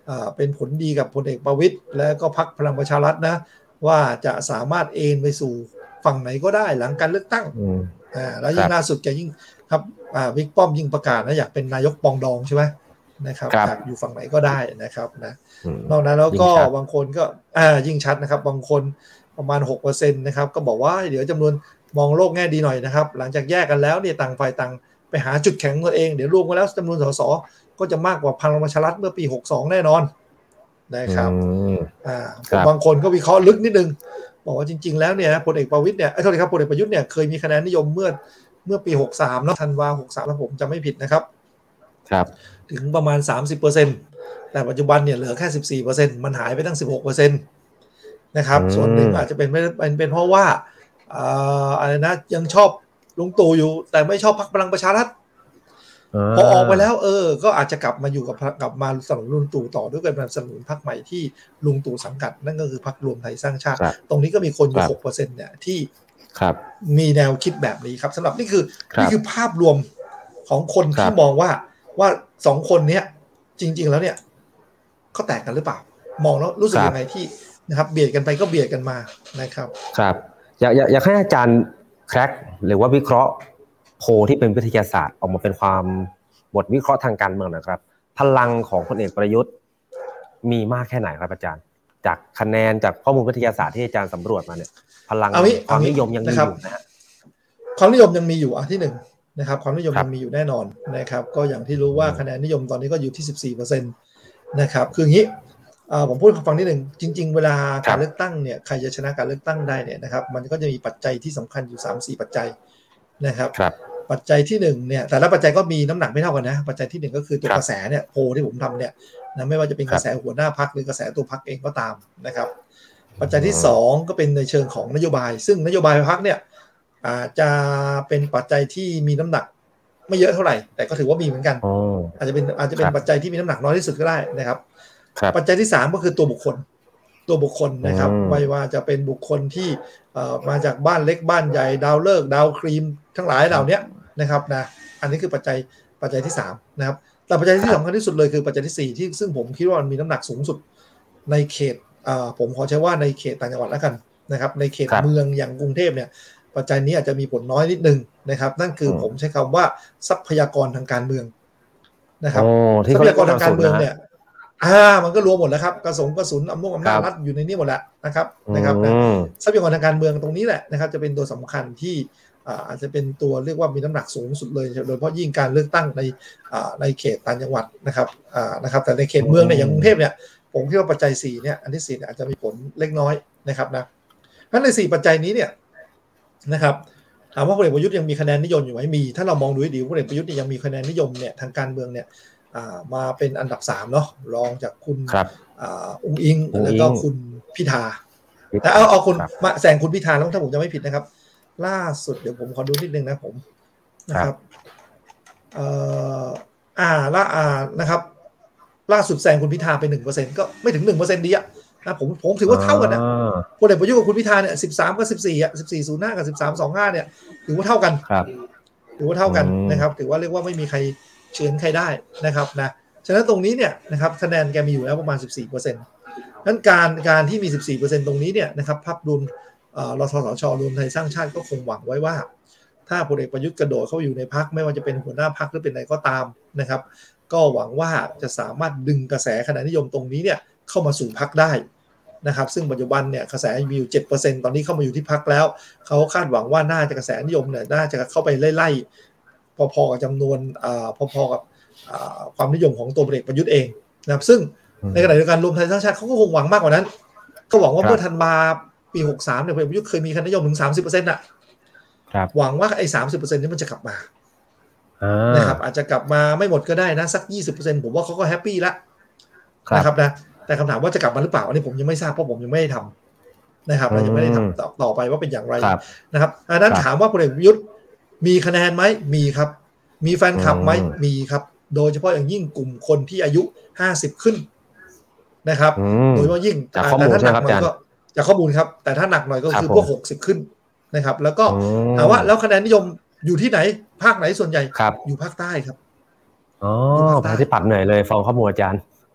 เป็นผลดีกับพลเอกประวิตรและก็พรรคพลังประชารัฐนะว่าจะสามารถเอนไปสู่ฝั่งไหนก็ได้หลังการเลือกตั้งอ่าแล้วยิ่งล่าสุดแกยิ่งครับอ่าบิ๊กป้อมยิ่งประกาศนะอยากเป็นนายกปองดองใช่ไหมนะครับอยากอยู่ฝั่งไหนก็ได้นะครับนะนอกนั้นแล้วก็บางคนก็อ่ายิ่งชัดนะครับบางคนประมาณ หกเปอร์เซ็นต์ นะครับก็บอกว่าเดี๋ยวจำนวนมองโลกแง่ดีหน่อยนะครับหลังจากแยกกันแล้วเนี่ยต่างฝ่ายต่างไปหาจุดแข็งตัวเองเดี๋ยวรวมกันแล้วจำนวนสสก็จะมากกว่าพลังประชารัฐเมื่อปีหกสิบสองแน่นอนนะครับอ่าบางคนก็วิเคราะห์ลึกนิดนึงบอกว่าจริงๆแล้วเนี่ยพลเอกประวิตรเนี่ยไอ้โทษทีครับพลเอกประยุทธ์เนี่ยเคยมีคะแนนนิยมเมื่อเมื่อปีหกสิบสามเนาะธันวาหกสิบสามถ้าผมจำไม่ผิดนะครับครับถึงประมาณ สามสิบเปอร์เซ็นต์ แต่ปัจจุบันเนี่ยเหลือแค่ สิบสี่เปอร์เซ็นต์ มันหายไปตั้ง สิบหกเปอร์เซ็นต์ นะครับส่วนหนึ่งอาจจะเป็นเป็นเป็นเพราะว่าอ่าอะไรนะยังชอบลุงตู่อยู่แต่ไม่ชอบพรรคพลังประชารัฐพอออกไปแล้วเออก็อาจจะกลับมาอยู่กับกลับมาสนับสนุนลุงตู่ต่อด้วยการสนับสนุนพรรคใหม่ที่ลุงตู่สังกัดนั่นก็คือพรรครวมไทยสร้างชาติตรงนี้ก็มีคนอยู่ หกเปอร์เซ็นต์ เนี่ยที่มีแนวคิดแบบนี้ครับสำหรับนี่คือนี่คือภาพรวมของคนที่มองว่าว่าสองคนเนี้ยจริงๆแล้วเนี่ยเขาแตกกันหรือเปล่ามองแล้วรู้สึกยังไงที่นะครับเบียดกันไปก็เบียดกันมานะครับครับอยากอยากให้อาจารย์แคร็กหรือว่าวิเคราะห์โพลที่เป็นวิทยาศาสตร์ออกมาเป็นความบทวิเคราะห์ทางการเมืองนะครับพลังของพลเอกประยุทธ์มีมากแค่ไหนครับอาจารย์จากคะแนนจากข้อมูลวิทยาศาสตร์ที่อาจารย์สำรวจมาเนี่ยพลังความนิยมยังมีอยู่นะฮะความนิยมยังมีอยู่อ่ะที่หนึ่งนะครับความนิยมยังมีอยู่แน่นอนนะครับก็อย่างที่รู้ว่าคะแนนนิยมตอนนี้ก็อยู่ที่ สิบสี่เปอร์เซ็นต์ นะครับคืออย่างนี้ผมพูดฟังนิดหนึ่งจริงๆเวลาการเลือกตั้งเนี่ยใครจะชนะการเลือกตั้งได้เนี่ยนะครับมันก็จะมีปัจจัยที่สำคัญอยู่ สามสี่ ปัจจัยนะครับปัจจัยที่หนึ่งเนี่ยแต่ละปัจจัยก็มีน้ำหนักไม่เท่ากันนะปัจจัยที่หนึ่งก็คือตัวกระแสเนี่ยโพลที่ผมทำเนี่ยนะไม่ว่าจะเป็นกระแสหัวหน้าพรรคหรือกระแสตัวพรรคเองก็ตามนะครับปัจจัยที่สองก็เป็นในเชิงของนโยบายซึ่งนโยบายพรรคเนี่ยอาจจะเป็นปัจจัยที่มีน้ำหนักไม่เยอะเท่าไหร่แต่ก็ถือว่ามีเหมือนกันอาจจะเป็นอาจจะเป็นปัจจัยที่มีน้ำหนักน้อยที่สุดก็ได้นะครับปัจจัยที่สามก็คือตัวบุคคลตัวบุคคลนะครับไม่ว่าจะเป็นบุคคลที่มาจากบ้านเล็กบ้านใหญ่ดาวฤกษ์ดาวครีมทั้งหลายเหล่านี้นะครับนะอันนี้คือปัจจัยปัจจัยที่สามนะครับแต่ปัจจัยที่สำคัญที่สุดเลยคือปัจจัยที่สี่ที่ซึ่งผมคิดว่ามันมีน้ำหนักสูงสุดในเขตผมขอใช้ว่าในเขตต่างจังหวัดแล้วกันนะครับในเขตเมืองอย่างกรุงเทพเนี่ยปัจจัยนี้อาจจะมีผลน้อยนิดนึงนะครับนั่นคือผมใช้คำว่าทรัพยากรทางการเมืองนะครับทรัพยากรทางการเมืองเนี่ยอ่ามันก็รวมหมดแล้วครับกระสงกระสุนอำนาจอำนาจรัฐอยู่ในนี้หมดแล้วนะครับนะครับนะทรัพยากรทางการเมืองตรงนี้แหละนะครับจะเป็นตัวสำคัญที่อาจจะเป็นตัวเรียกว่ามีน้ำหนักสูงสุดเลยโดยเฉพาะยิ่งการเลือกตั้งในในเขตต่างจังหวัดนะครับนะครับแต่ในเขตเมืองเนี่ยอย่างกรุงเทพเนี่ยผมคิดว่าปัจจัยสี่เนี่ยอันที่สี่อาจจะมีผลเล็กน้อยนะครับนะเพราะในสี่ปัจจัยนี้เนี่ยนะครับถามว่าพลเอกประยุทธ์ยังมีคะแนนนิยมอยู่ไหมมีถ้าเรามองดูให้ดีพลเอกประยุทธ์ยังมีคะแนนนิยมเนี่ยทางการเมืองเนี่ยมาเป็นอันดับสามเนาะรองจากคุณอุ้งอิงแล้วก็คุณพิธาแต่เอาเอาคุณมาแซงคุณพิธาแล้วถ้าผมจะไม่ผิดนะครับล่าสุดเดี๋ยวผมขอดูนิดนึงนะผมนะครับเอ่ออ่าล่าอ่านะครับล่าสุดแซงคุณพิธาไป หนึ่งเปอร์เซ็นต์ ก็ไม่ถึง หนึ่งเปอร์เซ็นต์ ดีอ่ะนะผมผมถือว่าเท่ากันนะพลเอกประยุทธ์กับคุณพิธาเนี่ยสิบสามกับสิบสี่อ่ะสิบสี่ศูนย์ห้ากับสิบสามสองห้าเนี่ยถือว่าเท่ากันครับถือว่าเท่ากันนะครับถือว่าเรียกว่าไม่มีใครเฉือนใครได้นะครับนะฉะนั้นตรงนี้เนี่ยนะครับคะแนนแกมีอยู่แล้วประมาณ สิบสี่เปอร์เซ็นต์ นั้นการการที่มี สิบสี่เปอร์เซ็นต์ ตรงนี้เนี่ยนะครับภาพรวมรสสชรวมไทยสร้างชาติก็คงหวังไว้ว่าถ้าพลเอกประยุทธ์กระโดดเข้าอยู่ในพรรคไม่ว่าจะเป็นหัวหน้าพรรคหรือเป็นอะไรก็ตามนะครับก็หวังว่าจะสามารถดึงกระแสคะแนนนิยมตรงนี้เนี่ยเข้ามาสู่พรรคได้นะครับซึ่งปัจจุบันเนี่ยกระแสมีอยู่ เจ็ดเปอร์เซ็นต์ ตอนนี้เข้ามาอยู่ที่พรรคแล้วเขาคาดหวังว่าน่าจะกระแสนิยมเนี่ยน่าจะเข้าไปไล่ๆพอๆกับจำนวนพอๆกับความนิยมของตัวพลเอกประยุทธ์เองนะครับซึ่งในขณะเดียวกันรวมไทยสร้างชาติเขาก็คงหวังมากกว่านั้นก็หวังว่าเมื่อธันวาปีหกสิบสามเนี่ยพลเอกประยุทธ์เคยมีคะแนนนิยมถึง สามสิบเปอร์เซ็นต์ น่ะหวังว่าไอ้ สามสิบเปอร์เซ็นต์ นี้มันจะกลับมานะครับอาจจะกลับมาไม่หมดก็ได้นะสัก ยี่สิบเปอร์เซ็นต์ ผมว่าเขาก็แฮปปี้แล้วนะครับนะแต่คำถามว่าจะกลับมาหรือเปล่าอันนี้ผมยังไม่ทราบเพราะผมยังไม่ได้ทำนะครับเรายังไม่ได้ทำต่อต่อไปว่าเป็นอย่างไรนะครับอันนั้นถามว่าพลเอกประยุทธ์มีคะแนนไหมมีครับมีแฟนคลับไหมมีครับโดยเฉพาะอย่างยิ่งกลุ่มคนที่อายุห้าสิบขึ้นนะครับโดยเฉพาะยิ่งแต่ถ้าหนักหน่อยก็จากข้อมูลครับแต่ถ้าหนักหน่อยก็คือพวกหกสิบขึ้นนะครับแล้วก็ถามว่าแล้วคะแนนนิยมอยู่ที่ไหนภาคไหนส่วนใหญ่อยู่ภาคใต้ครับอ๋อภาคที่ปัดเหนื่อยเลยฟังข้อมูลอาจารย์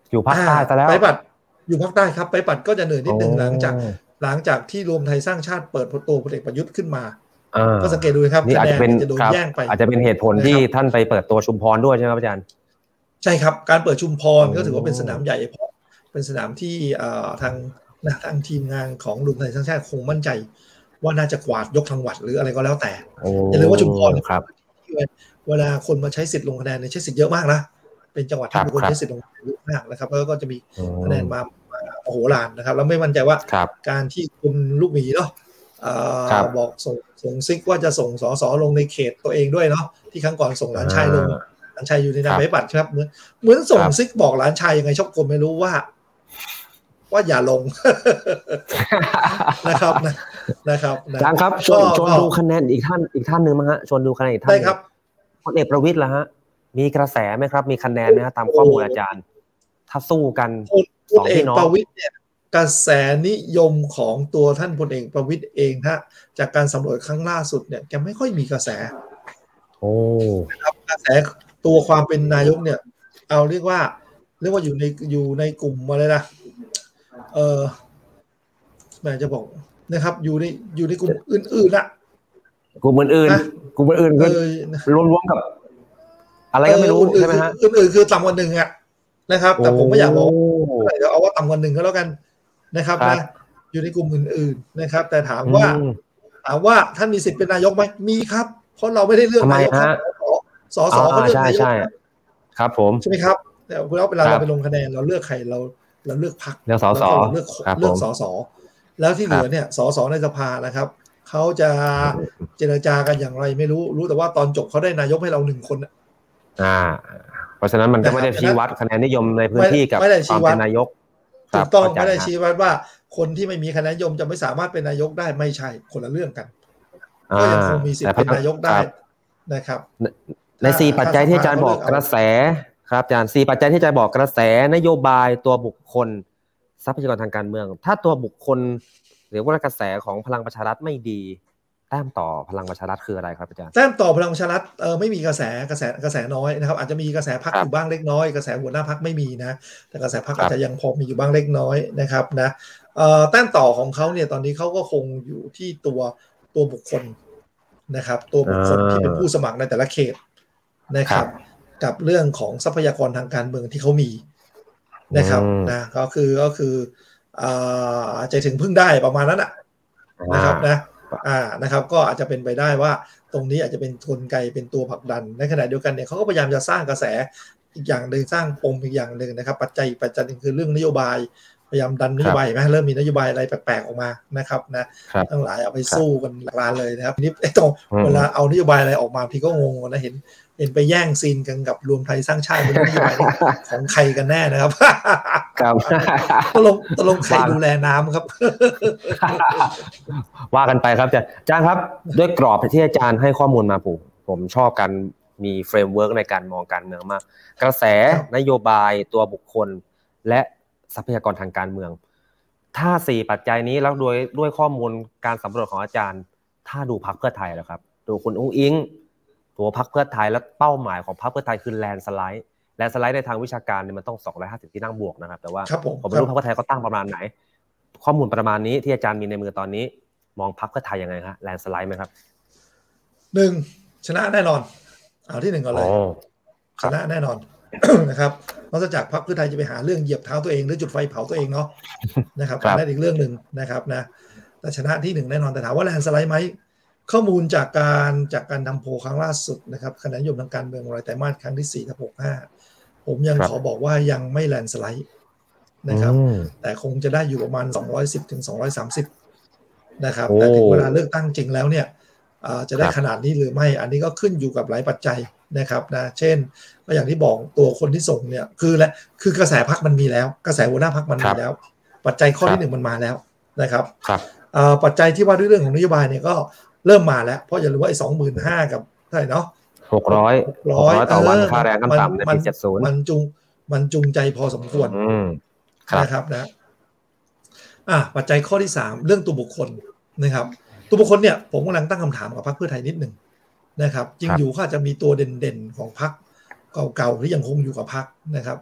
อยู่ภาคใต้ซะแล้วไปปัดอยู่ภาคใต้ครับไปปัดก็จะเหนื่อยนิดนึงหลังจากหลังจากที่รวมไทยสร้างชาติเปิดตัวพลเอกประยุทธ์ขึ้นมาก็สังเกตดูครับนี่อาจจะเป็นจะโดนแย่งไปอาจจะเป็นเหตุผลที่ท่านไปเปิดตัวชุมพรด้วยใช่ไหมอาจารย์ใช่ครับการเปิดชุมพรก็ถือว่าเป็นสนามใหญ่เพราะเป็นสนามที่ทางทางทีมงานของรวมไทยสร้างชาติคงมั่นใจว่าน่าจะกวาดยกจังหวัดหรืออะไรก็แล้วแต่อย่าลืมว่าชุมพรครับเวลาคนมาใช้สิทธิ์ลงคะแนนเนี่ยใช้สิทธิ์เยอะมากนะเป็นจังหวัดที่มีคนใช้สิทธิ์ลงคะแนนเยอะมากนะครับแล้วก็จะมีคะแนนมาโอ้โหล้านนะครับแล้วไม่มั่นใจว่าการที่คุณลูกหมีเนาะบอกส่งส่งซิกว่าจะส่งสสลงในเขตตัวเองด้วยเนาะที่ครั้งก่อนส่งหลานชายลงหลานชายอยู่ในนามปฏิบัติครับเหมือนเหมือนส่งซิกบอกหลานชายยังไงชอบกลไม่รู้ว่าว่าอย่าลงนะครับนะนะครับอาจารย์ครับชวนชวนดูคะแนนอีกท่านอีกท่านหนึ่งมั้งฮะชวนดูคะแนนอีกท่านได้ครับพลเอกประวิตรล่ะฮะมีกระแสไหมครับมีคะแนนไหมฮะตามข้อมูลอาจารย์ถ้าสู้กันสองพี่น้องประวิตรเนี่ยกระแสนิยมของตัวท่านพลเอกประวิตรเองฮะจากการสำรวจครั้งล่าสุดเนี่ยแกไม่ค่อยมีกระแสโอ้ครับกระแสตัวความเป็นนายกเนี่ยเอาเรียกว่าเรียกว่าอยู่ในอยู่ในกลุ่มอะไรนะเออแม่จะบอกนะครับอยู่ในอยู่ในกลุ่มอื่นๆน่ะกลุ่มอื่นๆกลุ่มอื่นๆก็รวมๆกับอะไรก็ไม่รู้ใช่ไหมฮะอื่นๆคือต่ำกว่าหนึ่งอ่ะนะครับแต่ผมไม่อยากบอกเดี๋ยวเอาว่าต่ำกว่าหนึ่งก็แล้วกันนะครับนะอยู่ในกลุ่มอื่นๆนะครับแต่ถามว่าถามว่าท่านมีสิทธิ์เป็นนายกไหมมีครับเพราะเราไม่ได้เลือกนายกครับสสเขาเลือกนายกครับผมใช่ไหมครับแต่เวลาเราไปลงคะแนนเราเลือกใครเราเราเลือกพรรคเลือกสสเลือกเลือกสสแล้วที่เหลือเนี่ยสสในสภานะครับเขาจะเจรจากันอย่างไรไม่รู้รู้แต่ว่าตอนจบเขาได้นายกให้เราหนึ่งคนอ่าเพราะฉะนั้นมันก็ไม่ได้ชี้วัดคะแนนนิยมในพื้นที่กับความเป็นนายกถูกต้องไม่ได้ชี้วัดว่าคนที่ไม่มีคะแนนนิยมจะไม่สามารถเป็นนายกได้ไม่ใช่คนละเรื่องกันก็ยังคงมีสิทธิ์เป็นนายกได้นะครับในสี่ปัจจัยที่อาจารย์บอกกระแสครับอาจารย์สี่ปัจจัยที่อาจารย์บอกกระแสนโยบายตัวบุคคลทรัพยากรทางการเมืองถ้าตัวบุคคลหรือว่ากระแสของพลังประชารัฐไม่ดีแต้มต่อพลังประชารัฐคืออะไรครับอาจารย์แต้มต่อพลังประชารัฐเออไม่มีกระแสกระแสกระแสน้อยนะครับอาจจะมีกระแสพรรคอยู่บ้างเล็กน้อยกระแสหัวหน้าพรรคไม่มีนะแต่กระแสพรรคอาจจะยังพอมีอยู่บ้างเล็กน้อยนะครับนะเอ่อแต้มต่อของเขาเนี่ยตอนนี้เขาก็คงอยู่ที่ตัวตัวบุคคลนะครับตัวบุคคลที่เป็นผู้สมัครในแต่ละเขตนะครับกับเรื่องของทรัพยากรทางการเมืองที่เขามีนะครับนะก็คือก็คืออ่าใจถึงพึ่งได้ประมาณนั้นนะครับนะอ่านะครับก็อาจจะเป็นไปได้ว่าตรงนี้อาจจะเป็นกลไกเป็นตัวผลักดันในขณะเดียวกันเนี่ยเขาก็พยายามจะสร้างกระแสอีกอย่างหนึ่งสร้างปมอีกอย่างหนึ่งนะครับปัจจัยปัจจัยนึงคือเรื่องนโยบายพยายามดันนโยบายไหมเริ่มมีนโยบายอะไรแปลกๆออกมานะครับนะทั้งหลายเอาไปสู้กันหลากหลายเลยนะครับทีนี้ไอ้ตรงเวลาเอานโยบายอะไรออกมาพี่ก็งงนะเห็นเห็นไปแย่งซีนกันกับรวมไทยสร้างชาติเป็นนโยบายของใครกันแน่นะครับครับตลงตลงใครดูแลน้ำครับว่ากันไปครับอาจารย์อาจารย์ครับด้วยกรอบที่อาจารย์ให้ข้อมูลมาผมผมชอบการมีเฟรมเวิร์กในการมองการเมืองมากกระแสนโยบายตัวบุคคลและทรัพยากรทางการเมืองถ้าสี่ปัจจัยนี้แล้วด้วยด้วยข้อมูลการสำรวจของอาจารย์ถ้าดูพรรคเพื่อไทยแล้วครับดูคุณอุ้งอิงตัวพรรคเพื่อไทยและเป้าหมายของพรรคเพื่อไทยคือแลนด์สไลด์แลนด์สไลด์ในทางวิชาการเนี่ยมันต้องสองร้อยห้าสิบที่นั่งบวกนะครับแต่ว่าผมไม่รู้พรรคเพื่อไทยเขาตั้งประมาณไหนข้อมูลประมาณนี้ที่อาจารย์มีในมือตอนนี้มองพรรคเพื่อไทยยังไงครับแลนด์สไลด์ไหมครับหนึ่งชนะแน่นอนเอาที่หนึ่งก่อนเลยชนะแน่นอนนะครับนอกจากพรรคเพื่อไทยจะไปหาเรื่องเหยียบเท้าตัวเองหรือจุดไฟเผาตัวเองเนาะนะครับนั่นอีกเรื่องหนึ่งนะครับนะแต่ชนะที่หนึ่งแน่นอนแต่ถามว่าแลนด์สไลด์ไหมข้อมูลจากการจากการทำโพลครั้งล่าสุดนะครับคะแนนนิยมทางการเมืองรายไตรมาสครั้งที่สี่ทับหกห้าผมยังขอบอกว่ายังไม่แลนด์สไลด์นะครับแต่คงจะได้อยู่ประมาณสองร้อยสิบถึงสองร้อยสามสิบนะครับแต่ถึงเวลาเลือกตั้งจริงแล้วเนี่ยจะได้ขนาดนี้หรือไม่อันนี้ก็ขึ้นอยู่กับหลายปัจจัยนะครับนะเช่นก็อย่างที่บอกตัวคนที่ส่งเนี่ยคือและคือกระแสพรรคมันมีแล้วกระแสหัวหน้าพรรคมันมีแล้วปัจจัยข้อที่หนึ่งมันมาแล้วนะครับปัจจัยที่ว่าด้วยเรื่องของนโยบายเนี่ยก็เริ่มมาแล้วเพราะอย่าลืมว่าไอ้สองหมื่นห้ากับเท่าไหร่เนาะหกร้อยหกร้อยต่อวันค่าแรงขั้นต่ำในปีเจ็ดสิบมันจุงมันจุงใจพอสมควรนะครับนะอ่ะปัจจัยข้อที่สามเรื่องตัวบุคคลนะครับตัวบุคคลเนี่ยผมกำลังตั้งคำถามกับพรรคเพื่อไทยนิดหนึ่งนะครับจริงอยู่ก็อาจจะมีตัวเด่นๆของพรรคเก่าๆที่ยังคงอยู่กับพรรคนะครับ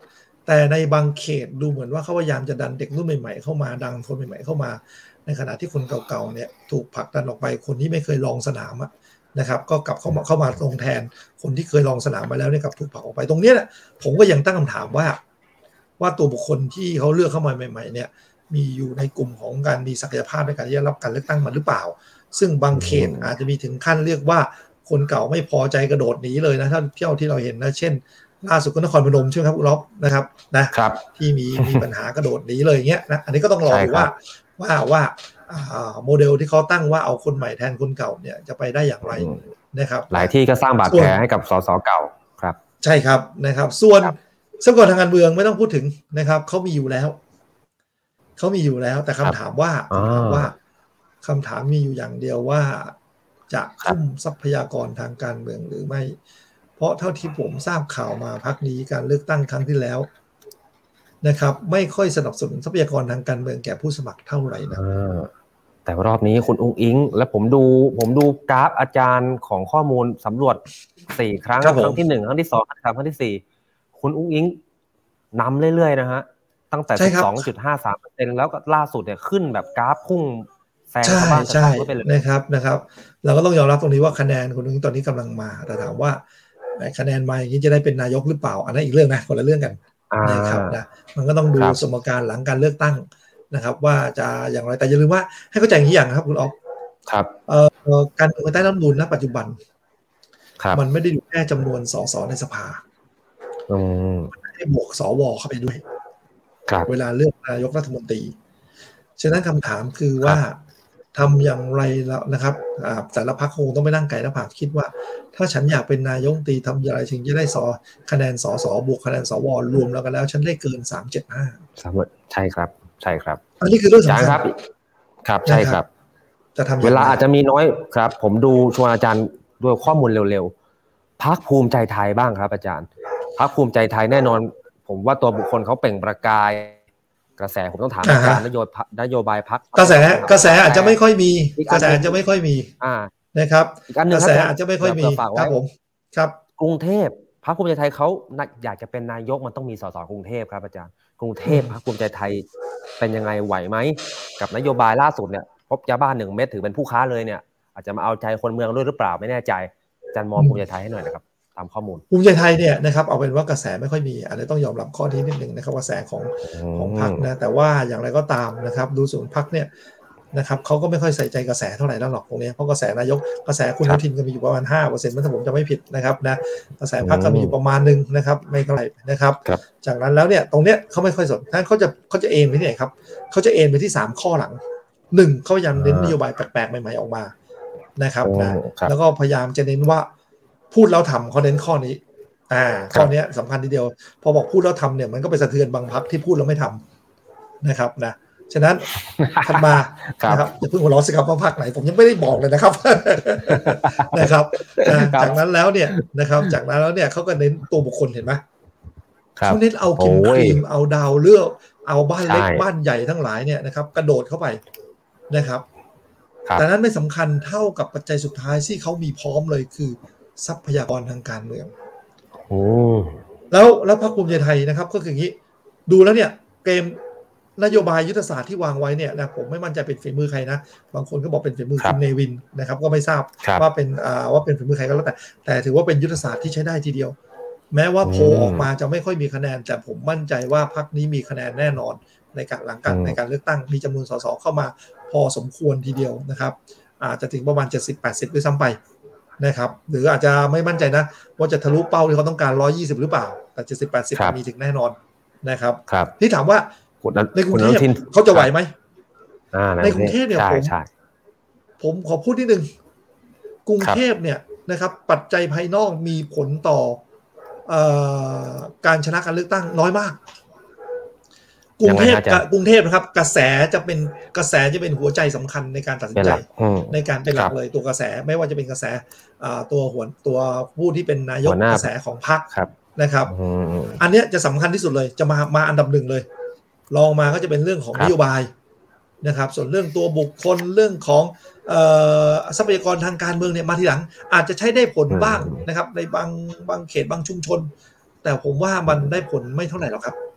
แต่ในบางเขตดูเหมือนว่าเขาพยายามจะดันเด็กรุ่นใหม่ๆเข้ามาดังคนใหม่ๆเข้ามาในขณะที่คนเก่าๆเนี่ยถูกผลักดันออกไปคนที่ไม่เคยลองสนามนะครับก็กลับเข้ามาเข้ามาลงแทนคนที่เคยลองสนามมาแล้วเนี่ยกับถูกผลักออกไปตรงนี้แหละผมก็ยังตั้งคำถามว่าว่าตัวบุคคลที่เขาเลือกเข้ามาใหม่ๆเนี่ยมีอยู่ในกลุ่มของการมีศักยภาพในการที่จะรับการเลือกตั้งมาหรือเปล่าซึ่งบางเขตอาจจะมีถึงขั้นเรียกว่าคนเก่าไม่พอใจกระโดดหนีเลยนะถ้าเที่ยวที่เราเห็นนะเช่นล่าสุดก็นครพนมใช่ไหมครับคุณล็อบนะครับนะครับที่มีมีปัญหากระโดดหนีเลยอย่างเงี้ยนะอันนี้ก็ต้องรอดูว่าว่าว่าโมเดลที่เขาตั้งว่าเอาคนใหม่แทนคนเก่าเนี่ยจะไปได้อย่างไรนะครับหลายที่ก็สร้างบาดแผลให้กับสสเก่าครับใช่ครับนะครับส่วนทรัพยากรทางการเมืองไม่ต้องพูดถึงนะครับเขามีอยู่แล้วเขามีอยู่แล้วแต่คำถามว่าคำถามว่าคำถามมีอยู่อย่างเดียวว่าจะทุ่มทรัพยากรทางการเมืองหรือไม่เพราะเท่าที่ผมทราบข่าวมาพักนี้การเลือกตั้งครั้งที่แล้วนะครับไม่ค่อยสนับสนุนทรัพยากรทางการเมืองแก่ผู้สมัครเท่าไหร่นะแต่รอบนี้คุณอุ้งอิงและผมดูผมดูกราฟอาจารย์ของข้อมูลสำรวจสี่ครั้งครั้งที่หนึ่งครั้งที่สองครั้งที่สี่คุณอุ้งอิงนำเรื่อยๆนะฮะตั้งแต่ สิบสองจุดห้าสามเปอร์เซ็นต์ แล้วก็ล่าสุดเนี่ยขึ้นแบบกราฟพุ่งแซงชาวบ้านชาวช่องไปเลยนะครับนะครับเราก็ต้องยอมรับตรงนี้ว่าคะแนนคุณอุ้งอิงตอนนี้กำลังมาแต่ถามว่าคะแนนมาอย่างนี้จะได้เป็นนายกหรือเปล่าอันนั้นอีกเรื่องนะคนละเรื่องกันนะครับนะมันก็ต้องดูสมการหลังการเลือกตั้งนะครับว่าจะอย่างไรแต่อย่าลืมว่าให้เข้าใจอย่างนี้อย่างครับคุณอ๊อฟครับเอ่อการเมืองใต้รัฐธรรมนูญณปัจจุบันมันไม่ได้ดูแค่จำนวนสสในสภาอืมมันได้บวกสวเข้าไปด้วยเวลาเลือกนายกรัฐมนตรีฉะนั้นคำถามคือว่าทำอย่างไรแล้วนะครับแต่ละพรรคคงต้องไปนั่งไก่หน้าผากคิดว่าถ้าฉันอยากเป็นนายกรัฐมนตรีทำอย่างไรถึงจะได้สอคะแนนสสบวกคะแนนสวรวมแล้วกันแล้วฉันได้เกินสามเจ็ดห้าใช่ครับใช่ครับอันนี้คือเรื่องสำคัญครับครับใช่ครับจะทำเวลาอาจจะมีน้อยครับผมดูชวนอาจารย์ด้วยข้อมูลเร็วๆพรรคภูมิใจไทยบ้างครับอาจารย์พรรคภูมิใจไทยแน่นอนผมว่าตัวบุคคลเขาเปล่งประกายกระแสผมต้องถามอาจารย์นโยบายนโยบายพรรคกระแสกระแสอาจจะไม่ค่อยมีกระแสอาจจะไม่ค่อยมีนะครับกระแสอาจจะไม่ค่อยมีครับผมครับกรุงเทพพรรคภูมิใจไทยเขาอยากจะเป็นนายกมันต้องมีสสกรุงเทพครับอาจารย์กรุงเทพพรรคภูมิใจไทยเป็นยังไงไหวไหมกับนโยบายล่าสุดเนี่ยพบยาบ้าหนึ่งเม็ดถือเป็นผู้ค้าเลยเนี่ยอาจจะมาเอาใจคนเมืองด้วยหรือเปล่าไม่แน่ใจอาจารย์มองภูมิใจไทยให้หน่อยนะครับตามข้อมูลภูมิใจไทยเนี่ยนะครับเอาเป็นว่ากระแสไม่ค่อยมีอันนี้ต้องยอมรับข้อที่นิดนึงนะครับกระแสของของพรรคนะแต่ว่าอย่างไรก็ตามนะครับดูส่วนพรรคเนี่ยนะครับเขาก็ไม่ค่อยใส่ใจกระแสเท่าไหร่แล้วหรอกตรงนี้เพราะกระแสนายกกระแสคุณอนุทินก็มีอยู่ประมาณ ห้าเปอร์เซ็นต์ ถ้าผมจะไม่ผิดนะครับนะกระแสพรรคก็มีอยู่ประมาณนึงนะครับไม่เท่าไหร่นะครับจากนั้นแล้วเนี่ยตรงเนี้ยเขาไม่ค่อยสนนั้นเขาจะเขาจะเอ็นไปที่ไหนครับเขาจะเอ็นไปที่สามข้อหลังหนึ่งเขาพยายามเน้นนโยบายแปลกๆใหม่ๆออกมานะครับนะแล้วก็พยายามจะเน้นว่าพูดแล้วทำเขาเน้นข้อนี้อ่าข้อนี้สำคัญทีเดียวพอบอกพูดแล้วทำเนี่ยมันก็ไปสะเทือนบางพรรคที่พูดแล้วไม่ทำนะครับนะฉะนั้นถัดมานะครับอย่าเพิ่งหัวเราะสิครับว่าพรรคไหนผมยังไม่ได้บอกเลยนะครับนะครับจากนั้นแล้วเนี่ยนะครับจากนั้นแล้วเนี่ยเขาก็เน้นตัวบุคคลเห็นไหมเขาเน้นเอากินครีมเอาดาวเลือกเอาบ้านเล็กบ้านใหญ่ทั้งหลายเนี่ยนะครับกระโดดเข้าไปนะครับแต่นั้นไม่สำคัญเท่ากับปัจจัยสุดท้ายที่เขามีพร้อมเลยคือทรัพยากรทางการเมืองโอ้แล้วแล้วพรรคภูมิใจไทยนะครับก็คืออย่างนี้ดูแล้วเนี่ยเกมนโยบายยุทธศาสตร์ที่วางไว้เนี่ยนะผมไม่มั่นใจเป็นฝีมือใครนะบางคนก็บอกเป็นฝีมือคุณเนวินนะครับก็ไม่ทราบว่าเป็นอ่าว่าเป็นฝีมือใครก็แล้วแต่แต่ถือว่าเป็นยุทธศาสตร์ที่ใช้ได้ทีเดียวแม้ว่าโพลออกมาจะไม่ค่อยมีคะแนนแต่ผมมั่นใจว่าพรรคนี้มีคะแนนแน่นอนในการหลังการในการเลือกตั้งมีจำนวนสสเข้ามาพอสมควรทีเดียวนะครับอาจจะถึงประมาณ เจ็ดสิบ แปดสิบ ด้วยซ้ำไปนะครับหรืออาจจะไม่มั่นใจนะว่าจะทะลุเป้าที่เขาต้องการหนึ่งร้อยยี่สิบหรือเปล่าแต่ เจ็ดสิบ แปดสิบ มีถึงแน่นอนนะครับที่ถามว่าในกรุงเทพเขาจะไหวไหมในกรุงเทพเนี่ยผมผมขอพูดนิดนึงกรุงเทพเนี่ยนะครับปัจจัยภายนอกมีผลต่อเอ่อการชนะการเลือกตั้งน้อยมากกรุงเทพกรุงเทพนะครับกระแสจะเป็นกระแสจะเป็นหัวใจสำคัญในการตัดสินใจในการเป็นหลักเลยตัวกระแสไม่ว่าจะเป็นกระแสตัวหัวตัวผู้ที่เป็นนายกกระแสของพรรคนะครับอันนี้จะสำคัญที่สุดเลยจะมามาอันดับหนึ่งเลยรองมาก็จะเป็นเรื่องของนโยบายนะครับส่วนเรื่องตัวบุคคลเรื่องของทรัพยากรทางการเมืองเนี่ยมาทีหลังอาจจะใช้ได้ผลบ้างนะครับในบางบางเขตบางชุมชนแต่ผมว่ามันได้ผลไม่เท่าไหร่หรอกครับ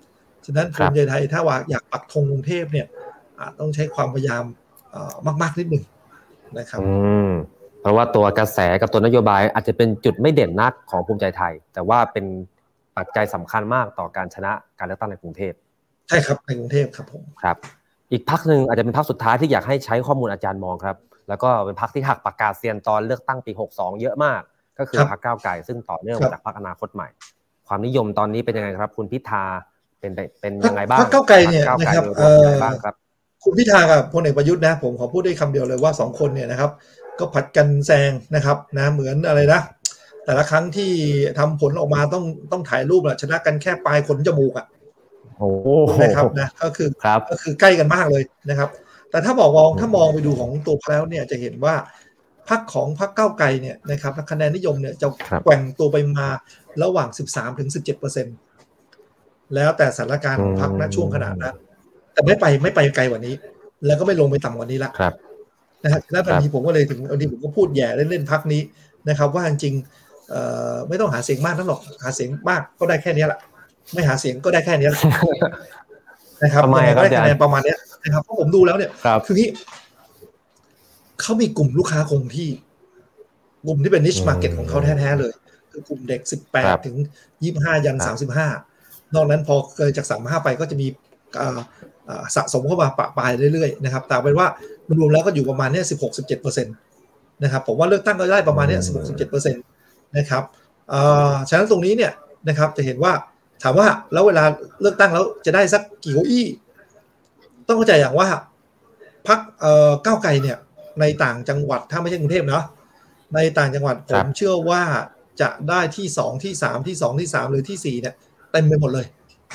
ฉะนั้นภูมิใจไทยถ้าว่าอยากปักธงกรุงเทพเนี่ยต้องใช้ความพยายามมากๆนิดนึงนะครับอืมเพราะว่าตัวกระแสกับตัวนโยบายอาจจะเป็นจุดไม่เด่นนักของภูมิใจไทยแต่ว่าเป็นปัจจัยสำคัญมากต่อการชนะการเลือกตั้งในกรุงเทพใช่ครับในกรุงเทพครับผมครับอีกพรรคนึงอาจจะเป็นพรรคสุดท้ายที่อยากให้ใช้ข้อมูลอาจารย์มองครับแล้วก็เป็นพรรคที่หักปากกาเซียนตอนเลือกตั้งปีหกสิบสองเยอะมากก็คือพรรคก้าวไกลซึ่งต่อเนื่องมาจากพรรคอนาคตใหม่ความนิยมตอนนี้เป็นยังไงครับคุณพิธาเป็นเป็นยังไงบ้างพรรคก้าวไกลเนี่ยนะครับเอ่อบ้างครับคุณพิธากับพลเอกประยุทธ์นะผมขอพูดได้คำเดียวเลยว่าสองคนเนี่ยนะครับก็ผัดกันแซงนะครับนะเหมือนอะไรนะแต่ละครั้งที่ทำผลออกมาต้องต้องถ่ายรูปแหละชนะกันแค่ปลายขนจมูกอ่ะโอ้นะครับนะก็คือก็คือใกล้กันมากเลยนะครับแต่ถ้าบอกว่าถ้ามองไปดูของตัวแล้วเนี่ยจะเห็นว่าพรรคของพรรคก้าวไกลเนี่ยนะครับคะแนนนิยมเนี่ยจะแกว่งตัวไปมาระหว่าง สิบสามถึงสิบเจ็ดเปอร์เซ็นต์ แล้วแต่สถานการณ์ของพรรคณช่วงขณะนั้นแต่ไม่ไปไม่ไปไกลกว่านี้แล้วก็ไม่ลงไปต่ำกว่านี้ละนะครับแล้วตอนนี้ผมก็เลยถึงตอนนี้ผมก็พูดแย่เล่นๆพรรคนี้นะครับว่าจริงๆไม่ต้องหาเสียงมากนั่นหรอกหาเสียงมากก็ได้แค่นี้แหละไม่หาเสียงก็ได้แค่นี้นะครับทำไมครับได้คะแนนประมาณนี้นะครับเพราะผมดูแล้วเนี่ยคือที่เขามีกลุ่มลูกค้าคงที่กลุ่มที่เป็น niche market ของเขาแท้ๆเลยคือกลุ่มเด็กสิบแปดถึงยี่สิบห้ายันสามสิบห้านอกนั้นพอเกินจากสามสิบห้าไปก็จะมีสะสมเข้ามาปะปายเรื่อยๆนะครับแต่เป็นว่ารวมๆแล้วก็อยู่ประมาณนี้ สิบหกถึงสิบเจ็ดเปอร์เซ็นต์ นะครับผมว่าเลือกตั้งก็ได้ประมาณนี้ สิบหกถึงสิบเจ็ดเปอร์เซ็นต์ นะครับเอ่อฉะนั้นตรงนี้เนี่ยนะครับจะเห็นว่าถามว่าแล้วเวลาเลือกตั้งแล้วจะได้สักกี่เก้าอี้ต้องเข้าใจอย่างว่าพรรคเอ่อก้าวไกลเนี่ยในต่างจังหวัดถ้าไม่ใช่กรุงเทพเนาะในต่างจังหวัดผมเชื่อว่าจะได้ที่สองที่สามที่สองที่สามหรือที่สี่เนี่ยเต็มไปหมดเลย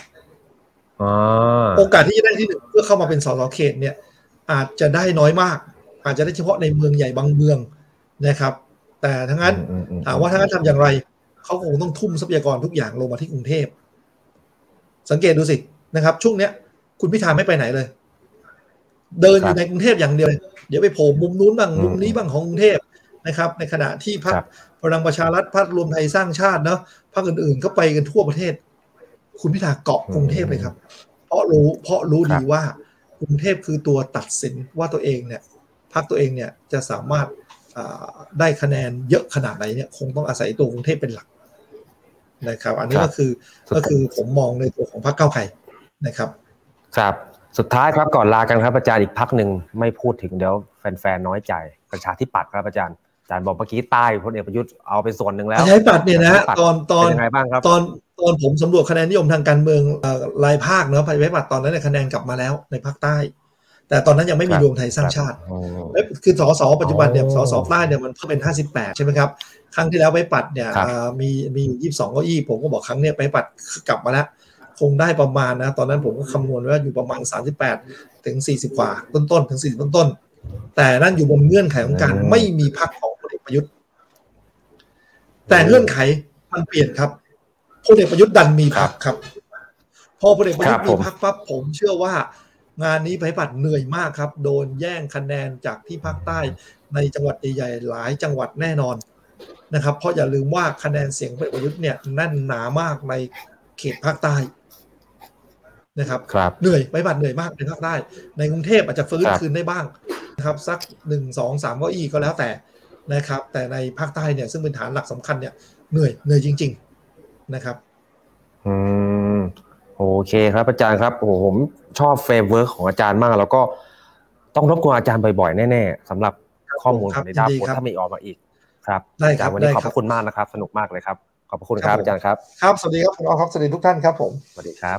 โอกาสที่จะได้ที่หนึ่งเพื่อเข้ามาเป็นสสเขตเนี่ยอาจจะได้น้อยมากอาจจะได้เฉพาะในเมืองใหญ่บางเมืองนะครับแต่ทั้งนั้นถามว่าทั้งนั้นทำอย่างไรเขาคงต้องทุ่มทรัพยากรทุกอย่างลงมาที่กรุงเทพสังเกตดูสินะครับช่วงเนี้ยคุณพิธาไม่ไปไหนเลยเดินอยู่ในกรุงเทพอย่างเดียวเดี๋ยวไปโผล่มุมนู้นบ้างมุมนี้บ้างของกรุงเทพนะครับในขณะที่พรรคพลังประชารัฐพรรครวมไทยสร้างชาติเนาะพรรคอื่นๆก็ไปกันทั่วประเทศคุณพิธาเกาะกรุงเทพเลยครับเพราะรู้เพราะรู้ดีว่ากรุงเทพคือตัวตัดสินว่าตัวเองเนี่ยพรรคตัวเองเนี่ยจะสามารถได้คะแนนเยอะขนาดไหนเนี่ยคงต้องอาศัยตัวกรุงเทพเป็นหลักนะครับอันนี้ก็คือก็คือผมมองในตัวของพรรคก้าวไกลนะครับครับสุดท้ายครับก่อนลากันครับอาจารย์อีกพรรคหนึ่งไม่พูดถึงเดี๋ยวแฟนๆน้อยใจประชาธิปัตย์ครับอาจารย์อาจารย์บอกเมื่อกี้ใต้พลเอกประยุทธ์เอาไปส่วนหนึ่งแล้วประชาธิปัตย์เนี่ยนะตอนตอนยังไงบ้างครับตอนตอนผมสำรวจคะแนนนิยมทางการเมืองรายภาคเนาะประชาธิปัตย์ตอนนั้นคะแนนกลับมาแล้วในภาคใต้แต่ตอนนั้นยังไม่มีรวมไทยสร้างชาติคือสสปัจจุบันเนี่ยสสใต้เนี่ยมันเพิ่มเป็นห้าสิบแปดใช่ไหมครับครั้งที่แล้วไปปัดเนี่ยมีมียี่สิบสองเก้าอี้ผมก็บอกครั้งเนี้ยไปปัดกลับมาแล้วคงได้ประมาณนะตอนนั้นผมก็คำนวณว่าอยู่ประมาณสามสิบแปดถึงสี่สิบกว่าต้นๆถึงสี่สิบต้นๆแต่นั่นอยู่บนเงื่อนไขของการไม่มีพรรคของพลเอกประยุทธ์แต่เงื่อนไขมันเปลี่ยนครับพลเอกประยุทธ์ดันมีพรรคครับพอพลเอกประยุทธ์มีพรรคปั๊บผมเชื่อว่างานนี้ประชาธิปัตย์เหนื่อยมากครับโดนแย่งคะแนนจากที่ภาคใต้ในจังหวัดใหญ่ๆหลายจังหวัดแน่นอนนะครับเพราะอย่าลืมว่าคะแนนเสียงพลเอกประยุทธ์เนี่ยแน่นหนามากในเขตภาคใต้นะครับเหนื่อยประชาธิปัตย์เหนื่อยมากในภาคใต้ในกรุงเทพอาจจะฟื้นคืนได้บ้างนะครับสักหนึ่ง สอง สามเก้าอี้ก็แล้วแต่นะครับแต่ในภาคใต้เนี่ยซึ่งเป็นฐานหลักสำคัญเนี่ยเหนื่อยเหนื่อยจริงๆนะครับอืมโอเคครับอาจารย์ครับโอ้โหผมชอบเฟรมเวิร์คของอาจารย์มากแล้วก็ต้องรบกวนอาจารย์บ่อยๆแน่ๆสำหรับข้อมูลในดาวโพลถ้ามีออกมาอีกครับอาจารย์วันนี้ขอบคุณมากนะครับสนุกมากเลยครับขอบคุณครับอาจารย์ครับครับสวัสดีครับคุณอ๋อครับสวัสดีทุกท่านครับผมสวัสดีครับ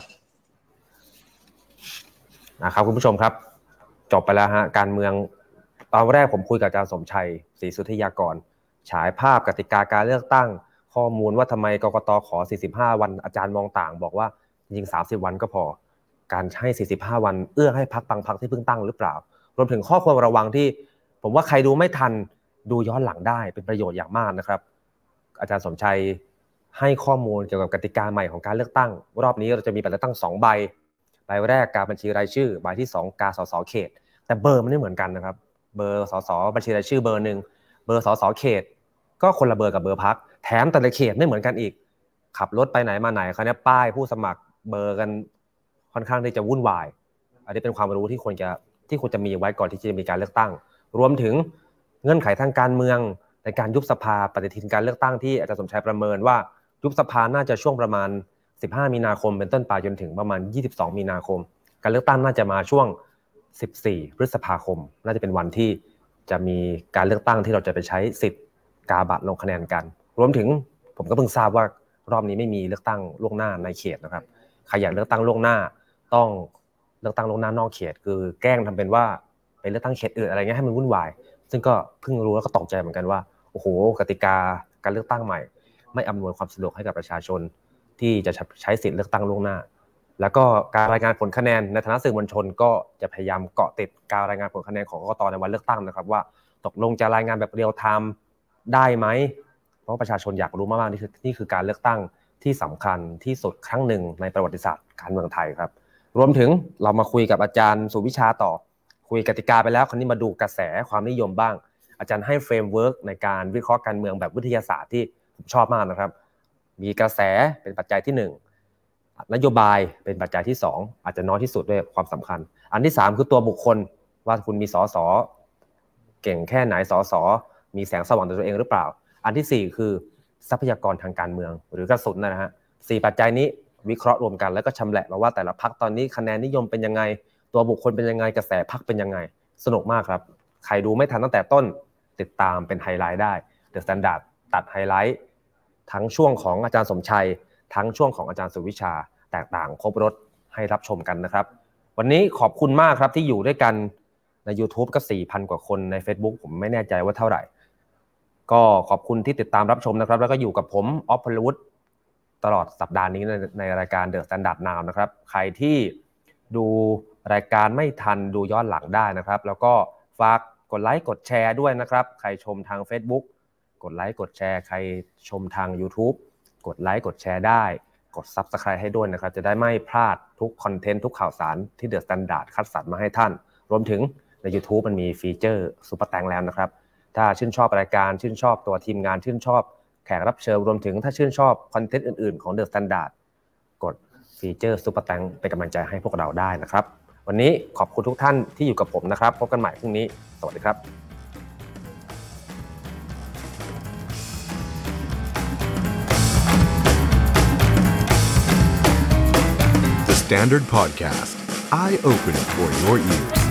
นะครับคุณผู้ชมครับจบไปแล้วฮะการเมืองตอนแรกผมคุยกับอาจารย์สมชัยศรีสุทธิยากรฉายภาพกติกาการเลือกตั้งข้อมูลว่าทำไมกกต.ขอสี่สิบห้าวันอาจารย์มองต่างบอกว่าจริงๆสามสิบวันก็พอการให้สี่สิบห้าวันเอื้อให้พรรคบางพรรคที่เพิ่งตั้งหรือเปล่ารวมถึงข้อควรระวังที่ผมว่าใครดูไม่ทันดูย้อนหลังได้เป็นประโยชน์อย่างมากนะครับอาจารย์สมชัยให้ข้อมูลเกี่ยวกับกติกาใหม่ของการเลือกตั้งรอบนี้เราจะมีบัตรเลือกตั้งสองใบใบแรกการบัญชีรายชื่อใบที่สองการสสเขตแต่เบอร์มันไม่เหมือนกันนะครับเบอร์สสบัญชีรายชื่อเบอร์นึงเบอร์สสเขตก็คนละเบอร์กับเบอร์พรรคแถมแต่ละเขตไม่เหมือนกันอีกขับรถไปไหนมาไหนคราวนี้ป้ายผู้สมัครเบอร์กันค่อนข้างที่จะวุ่นวายอันนี้เป็นความรู้ที่ควรจะที่ควรจะมีไว้ก่อนที่จะมีการเลือกตั้งรวมถึงเงื่อนไขทางการเมืองในการยุบสภาปฏิทินการเลือกตั้งที่อาจารย์สมชัยประเมินว่ายุบสภาน่าจะช่วงประมาณสิบห้ามีนาคมเป็นต้นไปจนถึงประมาณยี่สิบสองมีนาคมการเลือกตั้งน่าจะมาช่วงสิบสี่พฤษภาคมน่าจะเป็นวันที่จะมีการเลือกตั้งที่เราจะไปใช้สิทธิ์กาบัตรลงคะแนนกันรวมถึงผมก็เพิ่งทราบว่ารอบนี้ไม่มีเลือกตั้งล่วงหน้าในเขตนะครับใครอยากเลือกตั้งล่วงหน้าต้องเลือกตั้งล่วงหน้านอกเขตคือแกล้งทำเป็นว่าไปเลือกตั้งเขตอื่นอะไรเงี้ยให้มันวุ่นวายซึ่งก็เพิ่งรู้แล้วก็ตกใจเหมือนกันว่าโอ้โหกติกาการเลือกตั้งใหม่ไม่อำนวยความสะดวกให้กับประชาชนที่จะใช้สิทธิ์เลือกตั้งล่วงหน้าแล้วก็การรายงานผลคะแนนในฐานะสื่อมวลชนก็จะพยายามเกาะติดการรายงานผลคะแนนของกกต.ในวันเลือกตั้งนะครับว่าตกลงจะรายงานแบบเรียลไทม์ได้ไหมเพราะประชาชนอยากรู้มากๆนี่คือนี่คือการเลือกตั้งที่สำคัญที่สุดครั้งหนึ่งในประวัติศาสตร์การเมืองไทยครับรวมถึงเรามาคุยกับอาจารย์สุวิชาต่อคุยกติกาไปแล้วคราวนี้มาดูกระแสความนิยมบ้างอาจารย์ให้เฟรมเวิร์กในการวิเคราะห์การเมืองแบบวิทยาศาสตร์ที่ผมชอบมากนะครับมีกระแสเป็นปัจจัยที่หนึ่งนโยบายเป็นปัจจัยที่สองอาจจะน้อยที่สุดด้วยความสำคัญอันที่สามคือตัวบุคคลว่าคุณมีสสเก่งแค่ไหนสสมีแสงสว่างในตัวเองหรือเปล่าอันที่สี่คือทรัพยากรทางการเมืองหรือกระสุนนะฮะสี่ปัจจัยนี้วิเคราะห์รวมกันแล้วก็ชำแหละมาว่าแต่ละพรรคตอนนี้คะแนนนิยมเป็นยังไงตัวบุคคลเป็นยังไงกระแสพรรคเป็นยังไงสนุกมากครับใครดูไม่ทันตั้งแต่ต้นติดตามเป็นไฮไลท์ได้เดอะสแตนดาร์ดตัดไฮไลท์ทั้งช่วงของอาจารย์สมชัยทั้งช่วงของอาจารย์สุวิชาแตกต่างครบรสให้รับชมกันนะครับวันนี้ขอบคุณมากครับที่อยู่ด้วยกันใน YouTube ก็ สี่พัน กว่าคนใน Facebook ผมไม่แน่ใจว่าเท่าไหร่ก็ขอบคุณที่ติดตามรับชมนะครับแล้วก็อยู่กับผมออฟพลวุฒิตลอดสัปดาห์นี้ในในรายการ The Standard Now นะครับใครที่ดูรายการไม่ทันดูย้อนหลังได้นะครับแล้วก็ฝากกดไลค์กดแชร์ด้วยนะครับใครชมทาง Facebook กดไลค์กดแชร์ใครชมทาง YouTube กดไลค์กดแชร์ได้กด Subscribe ให้ด้วยนะครับจะได้ไม่พลาดทุกคอนเทนต์ทุกข่าวสารที่ The Standard คัดสรรมาให้ท่านรวมถึงใน YouTube มันมีฟีเจอร์ซุปเปอร์แตงแล้วนะครับถ้าชื่นชอบรายการชื่นชอบตัวทีมงานชื่นชอบแขกรับเชิญรวมถึงถ้าชื่นชอบคอนเทนต์อื่นๆของ The Standard กดฟีเจอร์ซุปเปอร์แตงเป็นกำลังใจให้พวกเราได้นะครับวันนี้ขอบคุณทุกท่านที่อยู่กับผมนะครับพบกันใหม่พรุ่งนี้สวัสดีครับ The Standard Podcast Eye Opening for Your Ears